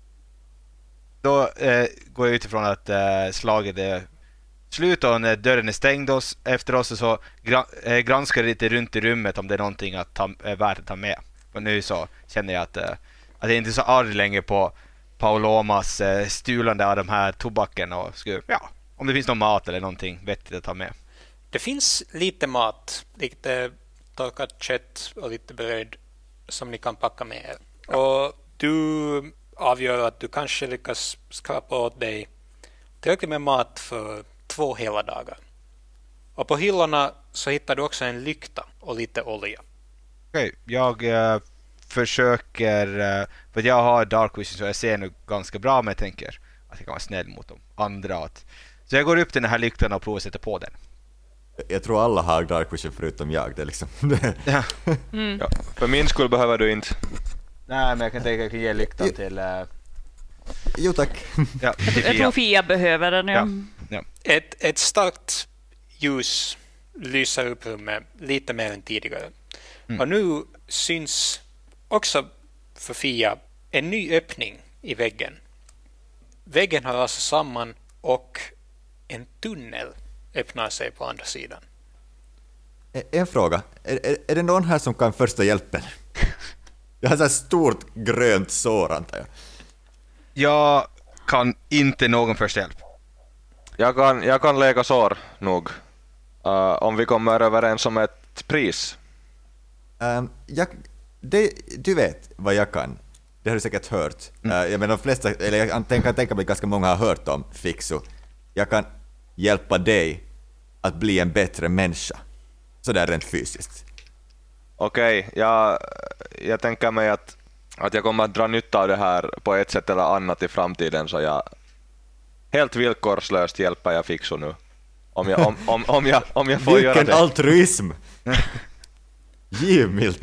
Då eh, går jag utifrån att eh, slaget är slut och när dörren är stängd oss, efter oss så gra- eh, granskar jag lite runt i rummet om det är någonting att ta, är värt att ta med. Och nu så känner jag att, eh, att jag inte är så arg längre på Paulomas eh, stulande av de här tobaken och skulle, ja, om det finns någon mat eller någonting vettigt att ta med. Det finns lite mat, lite torkat kött och lite bröd som ni kan packa med er. Och du avgör att du kanske lyckas skrapa åt dig tillräckligt med mat för två hela dagar. Och på hyllorna så hittar du också en lykta och lite olja. Okej, jag eh, försöker, eh, för att jag har dark vision så jag ser nu ganska bra, men jag tänker att jag kan vara snäll mot de andra. Att, så jag går upp till den här lyktan och provar att sätta på den. Jag tror alla har dark vision förutom jag. Det är liksom... Ja. Ja. För min skull behöver du inte. Nej, men jag kan tänka att jag kan ge lyktan till, eh, jo, tack. ja, till Jag tror Fia. Fia behöver den. Ja. Ja. Ja. Ett, ett starkt ljus lyser upp rummet lite mer än tidigare. Mm. Och nu syns också för Fia en ny öppning i väggen. Väggen har rasat samman och en tunnel öppnar sig på andra sidan. En fråga. Är, är, är det någon här som kan första hjälpen? Jag har så här stort grönt sår, antar jag. Jag kan inte någon första hjälp. Jag kan, jag kan lägga sår nog. Uh, om vi kommer överens om ett pris. Um, jag, det, du vet vad jag kan. Det har du säkert hört. Mm. Uh, jag menar, de flesta, eller jag kan tänka, tänka mig ganska många har hört om Fixu. Jag kan hjälpa dig att bli en bättre människa. Så där rent fysiskt. Okej, okay, jag, jag tänker mig att, att jag kommer att dra nytta av det här på ett sätt eller annat i framtiden, så jag helt villkorslöst hjälper jag Fixu nu. Om jag, om, om, om jag, om jag får Vilken göra det. Vilken altruism! Givmilt!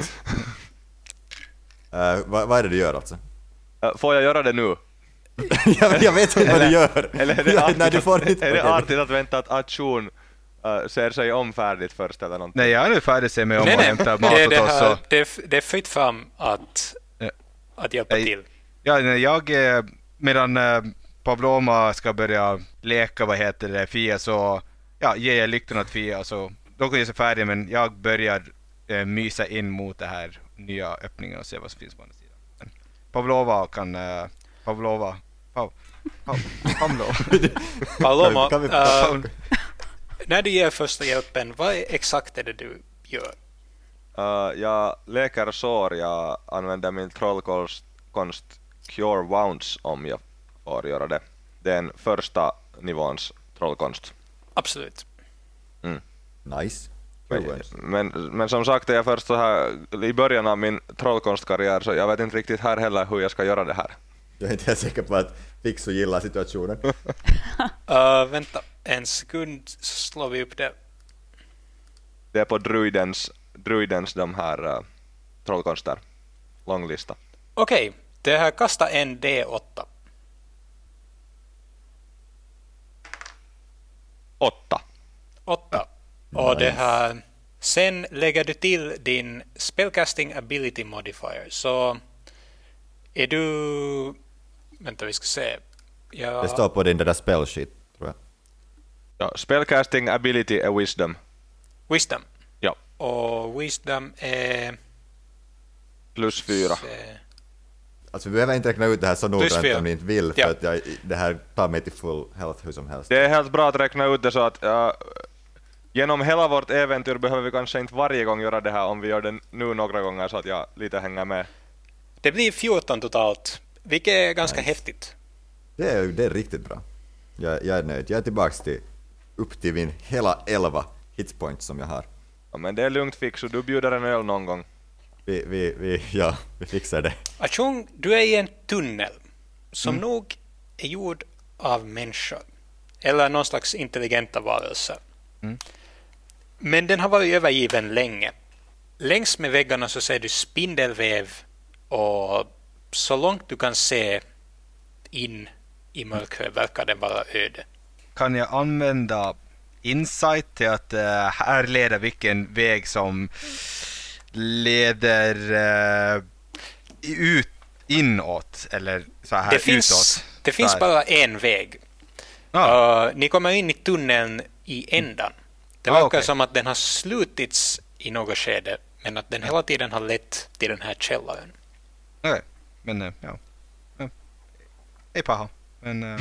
uh, vad, vad är det du gör alltså? Uh, får jag göra det nu? jag, jag vet inte vad du gör. Eller är det artigt, Nej, du får inte. Är det artigt att vänta att Atchun uh, ser sig om färdigt först eller någonting? Nej, jag är nu färdig, ser mig om nej, och nej. hämtar mat det, åt det, oss. här, Och... det, är, det är fritt fram att, Ja. att hjälpa Nej. till. Ja, nej, jag, eh, medan eh, Pavloma ska börja leka, vad heter det, Fia, så ja, ger jag lyktorna till Fia, så då kan jag se färdig, men jag börjar eh, mysa in mot det här nya öppningen och se vad som finns på andra sidan. Men Pavlova kan... Eh, Pavlova... Pav, Pav, Pavlova. Paloma, Kan vi- uh, när du ger första hjälpen, vad är exakt är det du gör? Uh, jag läker sår, jag använder min trollkonst konst Cure Wounds om jag får göra det. Det är en första nivåns trollkonst. Absolut. Mm. Nice. Men, men som sagt är jag först så här i början av min trollkonstkarriär, så jag vet inte riktigt här heller hur jag ska göra det här. Jag är inte helt säker på att Fixu gillar situationen. Uh, vänta en sekund, så slår vi upp det. Det är på druidens, druidens de här uh, trollkonster. Lång lista. Okej, okay, det här kasta en D åtta. Åtta. åtta. Och det här, sen lägger du till din spellcasting ability modifier. Så är du... Vänta, vi ska se. Ja, Det står på din där spell sheet, tror jag. Ja, spellcasting ability är wisdom. wisdom. Ja, Och wisdom är... plus fyra. Se, Alltså vi behöver inte räkna ut det här så Plus noggrant fyra. om ni inte vill, för Ja. att jag, det här tar mig till full health hur som helst. Det är helt bra att räkna ut det så att uh, genom hela vårt äventyr behöver vi kanske inte varje gång göra det här, om vi gör det nu några gånger så att jag lite hänger med. det blir fjorton totalt, vilket är ganska Nice. häftigt. Det är, det är riktigt bra. Jag, jag är nöjd. Jag är tillbaks till upp till min hela elva hitpoints som jag har. Ja, men det är lugnt, Fixu, du bjuder en öl någon gång. Vi, vi, vi, ja, vi fixar det. Achung, du är i en tunnel som mm. nog är gjord av människor eller någon slags intelligenta varelser. Mm. Men den har varit övergiven länge. Längs med väggarna så ser du spindelväv, och så långt du kan se in i mörkret verkar den vara öde. Kan jag använda insight till att uh, härleda vilken väg som leder uh, ut inåt eller så här Det utåt? finns, det Så finns här. bara en väg. Ah, Uh, ni kommer in i tunneln i ändan. Det Ah, verkar okej. som att den har slutits i något skede, men att den hela tiden har lett till den här källaren. okej. Men uh, ja. ja. Hej paha. Men uh...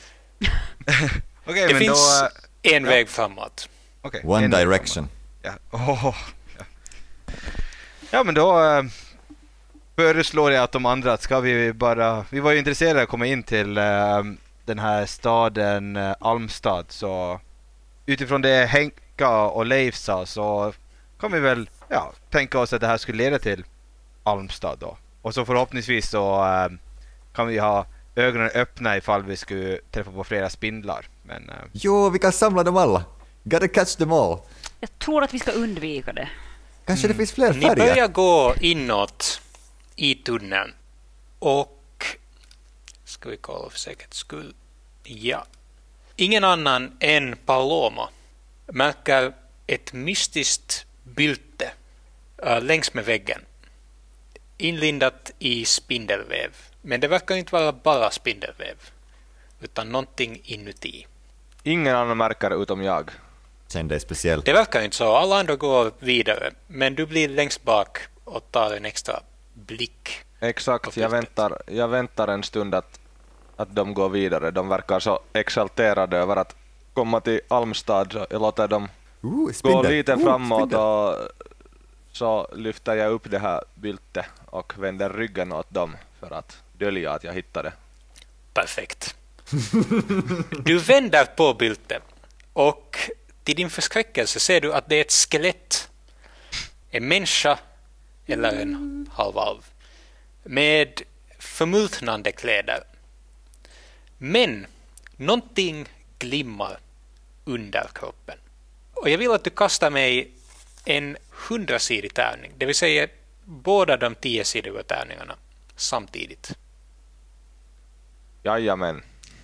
okej, Det men finns då uh, en ja. väg framåt. okej, One en väg direction. framåt. Ja. Oh, ja. Ja, men då uh, föreslår jag att de andra att ska vi bara, vi var ju intresserade av att komma in till uh, den här staden uh, Almstad, så utifrån det Henka och Leif sa så kan vi väl ja, tänka oss att det här skulle leda till Almstad då. Och så förhoppningsvis så uh, kan vi ha ögonen öppna ifall vi skulle träffa på flera spindlar. Men uh, Jo, vi kan samla dem alla. Gotta catch them all. Jag tror att vi ska undvika det. Kanske det finns fler Ni färger. börjar gå inåt i tunneln, och ska vi kolla för säkerhets skull. Ja. Ingen annan än Paloma märker ett mystiskt bylte uh, längs med väggen, inlindat i spindelväv. Men det verkar inte vara bara spindelväv, utan någonting inuti. Ingen annan märker utom jag. Känn dig speciellt. Det verkar inte så. Alla andra går vidare, men du blir längst bak och tar en extra blick. Exakt, jag väntar, jag väntar en stund att, att de går vidare. De verkar så exalterade över att komma till Almstad, så jag låter dem Uh, gå lite uh, framåt spindel. och så lyfter jag upp det här byltet och vänder ryggen åt dem för att dölja att jag hittade. Perfekt. Du vänder på byltet och till din förskräckelse ser du att det är ett skelett. En människa eller en halvalv med förmultnande kläder. Men någonting glimmar under kroppen. Och jag vill att du kastar mig en hundrasidig tärning, det vill säga båda de tiosidiga tärningarna samtidigt. Jajamän.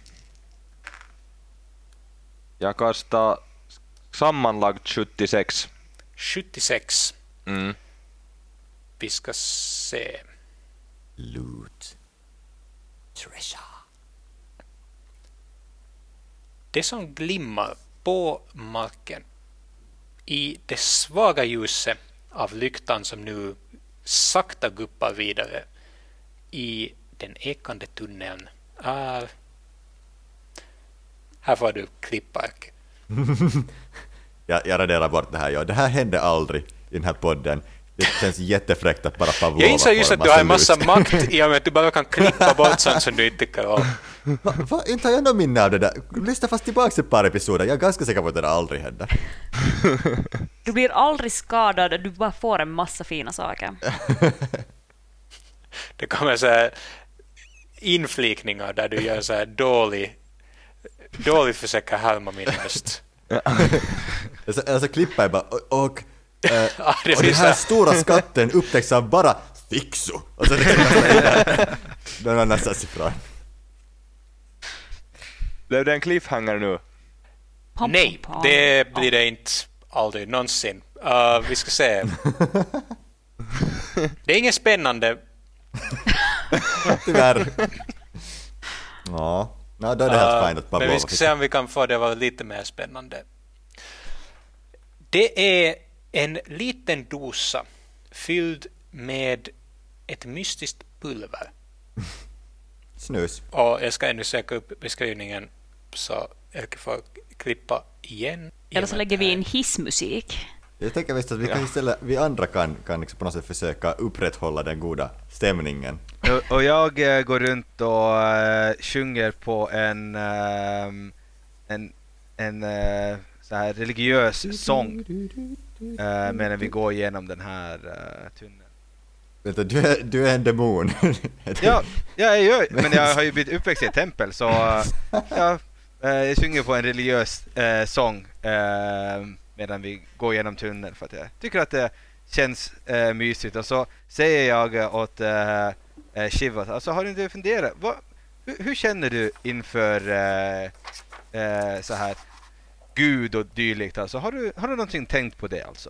Jag kastar sammanlagt sjuttiosex. sjuttiosex. Mm. Vi ska se. Loot. Treasure. Det som glimmar på marken i det svaga ljuset av lyktan som nu sakta guppar vidare i den ekande tunneln är... Här får du klippark. jag, jag raderar bort det här. Ja. Det här hände aldrig i den här podden. Det känns jättefräckt att bara Pavlova Jag inser just får att du har en massa massa makt i och med att du bara kan klippa bort sånt som du inte tycker om. Va, va, inte har jag någon minne av det där. Lyssna fast tillbaka ett par episoder. Jag är ganska säker på att det aldrig händer. Du blir aldrig skadad, du bara får en massa fina saker. Det kommer så här inflikningar där du gör så här dålig, dåligt försöka härma min röst. Alltså, alltså klippa är bara och, och, eh, Ja, det och blir den så här här- stora skatten upptäcks av bara Fixo. Och så det någon annanstans ifrån. Blev det en cliffhanger nu? Pom, Nej, pom, pom. det blir det inte aldrig någonsin. Uh, vi ska se. Det är inget spännande. Tyvärr. Ja, no, då är det helt Uh, fint att men Pavlova vi ska fick. se om vi kan få det att vara lite mer spännande. Det är en liten dosa fylld med ett mystiskt pulver. Snus. Och jag ska ännu söka upp beskrivningen så jag får klippa igen. Eller så lägger vi in hissmusik. Jag tänker visst att vi kan istället, vi andra kan, kan liksom på något sätt försöka upprätthålla den goda stämningen. Och, och jag eh, går runt och eh, sjunger på en ehm, en, en eh, så här religiös sång eh, medan vi går igenom den här eh, tunneln. Vänta, du är, du är en demon. Ja, ja, jag gör, men jag har ju blivit uppväxt i ett tempel så eh, ja, eh, jag sjunger på en religiös eh, sång eh, medan vi går igenom tunneln för att jag tycker att det känns eh, mysigt. Och så säger jag åt eh, eh, Shiva, alltså har du inte funderat, vad, hur, hur känner du inför eh, eh, så här Gud och dylikt? Alltså, har du, har du någonting tänkt på det alltså?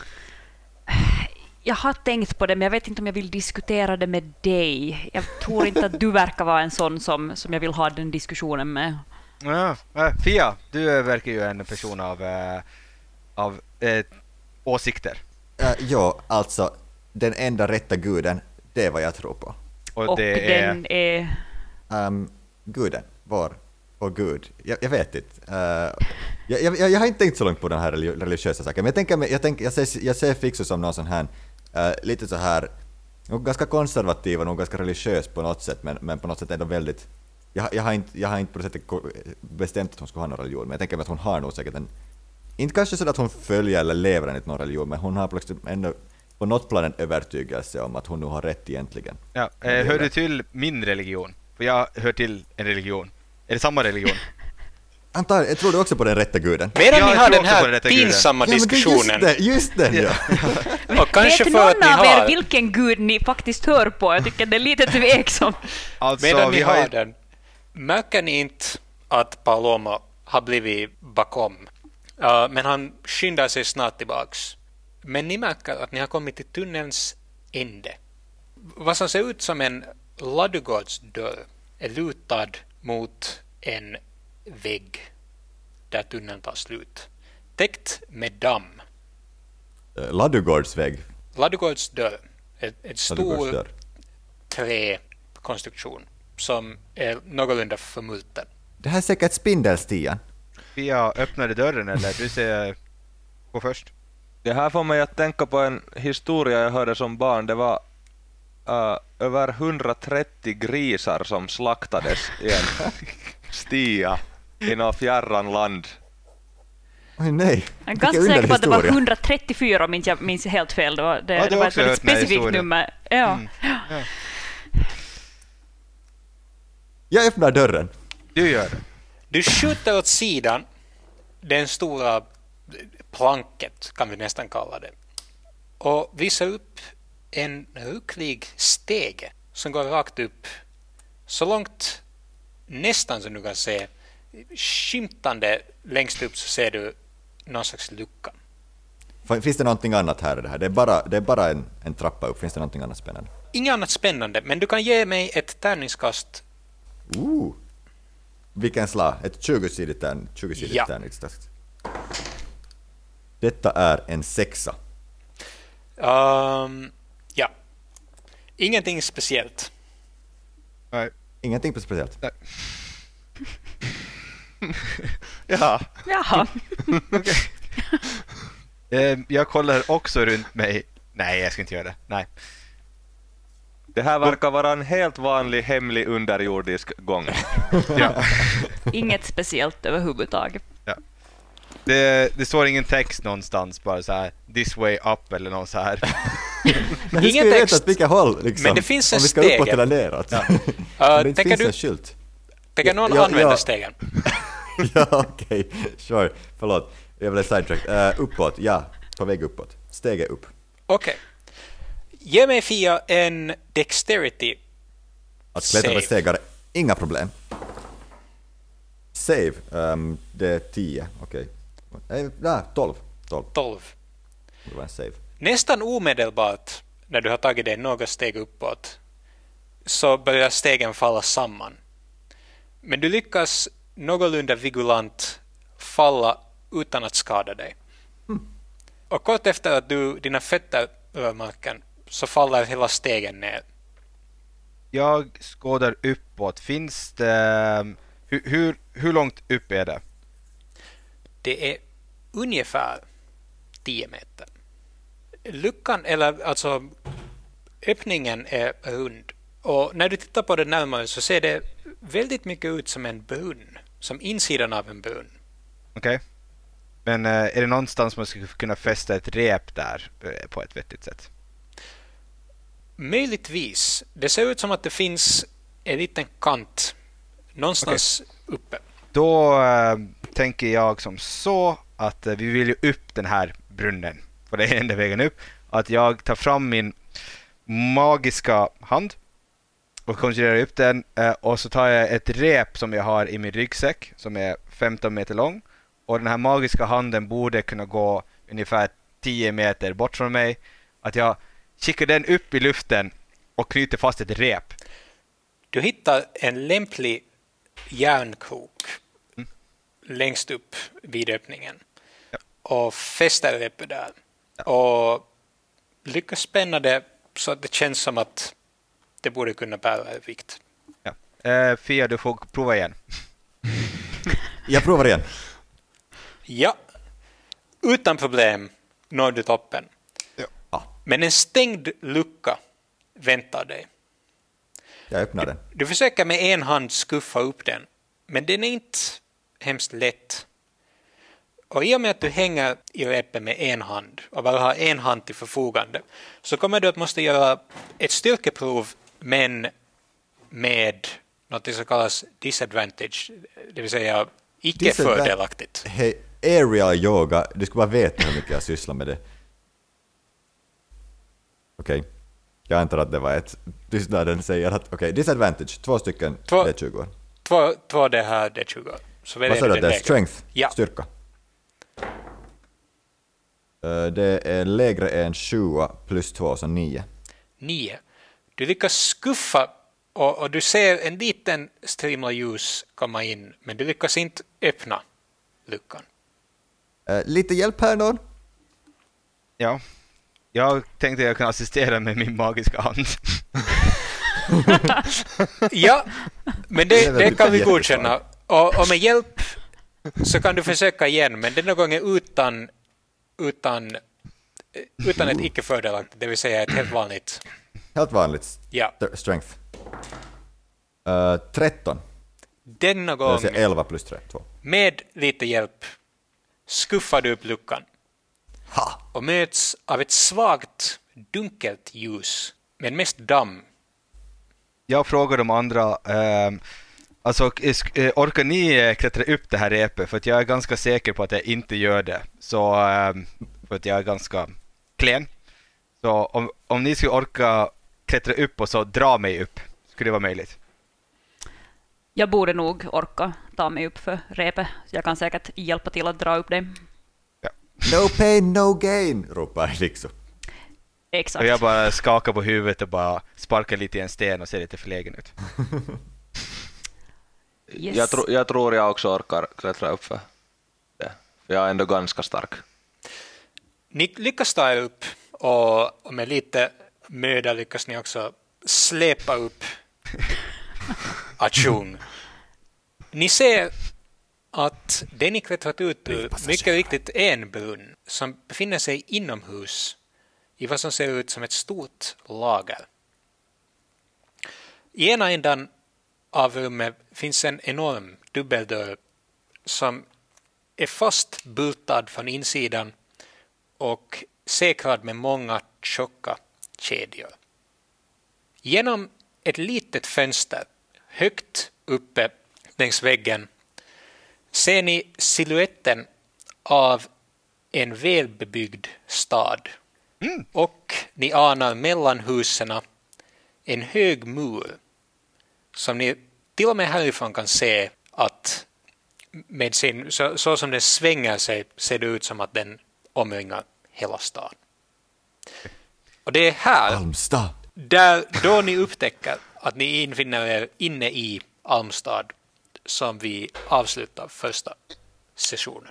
Jag har tänkt på det, men jag vet inte om jag vill diskutera det med dig. Jag tror inte att du verkar vara en sån som, som jag vill ha den diskussionen med. Ja, äh, Fia, du äh, verkar ju en person av, äh, av äh, åsikter. Uh, ja, alltså den enda rätta guden, det är vad jag tror på. Och, Och det är... den är... Um, guden, vår, vår gud. Jag, jag vet inte. Uh, jag, jag, jag har inte tänkt så långt på den här religiösa saken, men jag tänker, jag, tänker, jag, ser, jag ser Fixo som någon sån här, uh, lite så här, nog ganska konservativ och nog ganska religiös på något sätt, men, men på något sätt ändå väldigt, jag, jag, har inte, jag har inte på något sätt bestämt att hon ska ha någon religion, men jag tänker att hon har nog säkert en, inte kanske så att hon följer eller lever enligt någon religion, men hon har plötsligt ändå på något plan en övertygelse om att hon nu har rätt egentligen. Ja, äh, hör du till min religion? För jag hör till en religion. Är det samma religion? Antar, jag tror du också på den rätta guden? Medan Jag ni har tror den också på den här rätta guden. pinsamma Ja, men det är diskussionen just, det, just den, ja. och kanske vet för att någon ni av er har vilken gud ni faktiskt hör på? Jag tycker det är lite tveksamt. Alltså, medan ni vi har har ju... den, märker ni inte att Paloma har blivit bakom? Uh, men han skyndar sig snart tillbaks. Men ni märker att ni har kommit till tunnelns ände. Vad som ser ut som en ladugårdsdörr är lutad mot en vägg där tunneln tar slut. Täckt med damm. Ladugårdsvägg. Ladugårdsdörr Ett, ett Salugårds stor dörr. träkonstruktion som är någorlunda förmulten. Det här är säkert Spindelstian. Fia öppnade dörren eller du ser gå först. Det här får mig att tänka på en historia jag hörde som barn. Det var uh, över hundratrettio grisar som slaktades i en stia i något fjärran land. Oj nej. Jag är Vilken ganska underlig säker på att det var historia. hundratrettiofyra om inte jag minns helt fel. Det var, det, Ja, du det har var ett också väldigt hört den här specifikt historien. nummer. Ja. Mm. Ja. Jag öppnar dörren. Du gör det. Du skjuter åt sidan den stora planket, kan vi nästan kalla det, och visar upp en rucklig stege som går rakt upp så långt nästan som du kan se. Skymtande längst upp så ser du någon slags lucka. Finns det någonting annat här i det här? Det är bara, det är bara en, en trappa upp. Finns det någonting annat spännande? Inget annat spännande, men du kan ge mig ett tärningskast. Ooh. Vilken slag? Ett tjugo-sidigt tärn, tjugo-sidigt Ja. tärningskast. Detta är en sexa. Um, ja. Ingenting speciellt. Nej. Ingenting på speciellt. Ja. Jaha. Eh, jag kollar också runt mig. Nej, jag ska inte göra det. Nej. Det här verkar vara en helt vanlig hemlig underjordisk gång. Ja. Inget speciellt överhuvudtaget. Det, det står ingen text någonstans, bara så här this way up eller något så här. Men hur ska Ingen vi text. veta åt vilka håll? Liksom, Men det finns en om vi ska stege. uppåt eller neråt. Ja. Uh, det inte tänker finns du- en skylt. Tänker någon Ja, använda ja. stegen? Ja, okej. Sure. Förlåt. Jag blev sidetracked. Uh, uppåt. Ja, på väg uppåt. Stege upp. Okej. Ge mig Fia en dexterity. Att klättra Save. på stegar, inga problem. Save. Um, det är tio. Okej. Okay. Nej, tolv. tolv. tolv. Det var en save. Nästan omedelbart när du har tagit dig några steg uppåt så börjar stegen falla samman. Men du lyckas någorlunda vigulant falla utan att skada dig. Och kort efter att du, dina fötter rör marken så faller hela stegen ner. Jag skådar uppåt. Finns det... Hur, hur, hur långt upp är det? Det är ungefär tio meter. Luckan, eller alltså öppningen är rund. Och när du tittar på det närmare så ser det väldigt mycket ut som en brunn. Som insidan av en brunn. Okej. Men eh, är det någonstans man skulle kunna fästa ett rep där eh, på ett vettigt sätt? Möjligtvis. Det ser ut som att det finns en liten kant någonstans uppe. Då eh, tänker jag som så att eh, vi vill ju upp den här brunnen. Och det är enda vägen upp. Att jag tar fram min magiska hand och konjurerar upp den. Eh, och så tar jag ett rep som jag har i min ryggsäck som är femton meter lång. Och den här magiska handen borde kunna gå ungefär tio meter bort från mig. Att jag kickar den upp i luften och knyter fast ett rep. Du hittar en lämplig järnkrok Mm. längst upp vid öppningen. Ja. Och fäster repet där. Och lyckas spänna det så att det känns som att det borde kunna bära en vikt. Ja. Eh, Fia, du får prova igen. Jag provar igen. Ja, utan problem når du toppen. Ja, Men en stängd lucka väntar dig. jag öppnar den. Du försöker med en hand skuffa upp den, men den är inte hemskt lätt. Och i och med att du hänger i repet med en hand och bara har en hand till förfogande så kommer du att måste göra ett styrkeprov men med något som kallas disadvantage, det vill säga icke Disadvan- fördelaktigt. Hej, aerial yoga. Du ska bara veta hur mycket jag sysslar med det. Okej. Jag antar att det var ett. Tystnaden säger att okej, disadvantage. Två stycken Två- D tjugo. Två, två det här D tjugo. Så Vad sa du att det är? Strength? Ja. Styrka? Eh, Det är lägre än sju plus två, så nio. Nio. Du lyckas skuffa och, och du ser en liten strimla ljus komma in, men du lyckas inte öppna luckan. Eh, lite hjälp här någon? Ja. Jag tänkte att jag kan assistera med min magiska hand. Ja, men Det det, är väl det kan vi jättebra. godkänna. Och, och med hjälp så kan du försöka igen, men denna gången utan, utan, utan ett icke fördelaktigt, det vill säga ett helt vanligt. Helt vanligt. Ja, Th- Strength. Uh, tretton. denna Det gång vill säga elva plus tre. två. med lite hjälp skuffar du upp luckan Ha! och möts av ett svagt, dunkelt ljus, men mest damm. Jag frågar de andra, ehm, alltså sk- eh, orkar ni eh, klättra upp det här repet? För att jag är ganska säker på att jag inte gör det. Så, ehm, för att jag är ganska klen. Så om, om ni skulle orka klättra upp och så dra mig upp, skulle det vara möjligt? Jag borde nog orka ta mig upp för repet. Jag kan säkert hjälpa till att dra upp det. No pain, no gain, ropar Elixo. Exakt. Och jag bara skakar på huvudet och bara sparkar lite i en sten och ser lite förlägen ut. Yes. Jag, tro, jag tror jag också orkar klättra upp för det. För jag är ändå ganska stark. Ni lyckas ta er upp och och med lite möda lyckas ni också släpa upp Achung. Ni ser att det ni klättrat ut ur mycket riktigt är en brunn som befinner sig inomhus i vad som ser ut som ett stort lager. I ena ändan av rummet finns en enorm dubbeldörr som är fast bultad från insidan och säkrad med många tjocka kedjor. Genom ett litet fönster högt uppe längs väggen ser ni siluetten av en välbebyggd stad. Mm. Och ni anar mellan husen en hög mur som ni till och med härifrån kan se att med sin, så, så som den svänger sig ser det ut som att den omringar hela stan. Och det är här Almstad. där då ni upptäcker att ni infinner er inne i Almstad som vi avslutar första sessionen.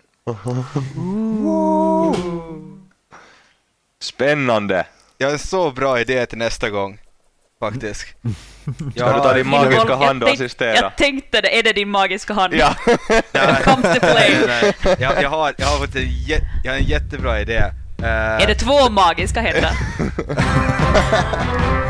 Spännande! Jag har en så bra idé till nästa gång, faktiskt. Ska du ta din magiska Jag hand och tänk- assistera? Jag tänkte det, är det din magiska hand? Ja. Nej, Come to play. nej, nej. Jag, jag, har, jag, har fått en jä- jag har en jättebra idé. Eh, Är det två magiska händer?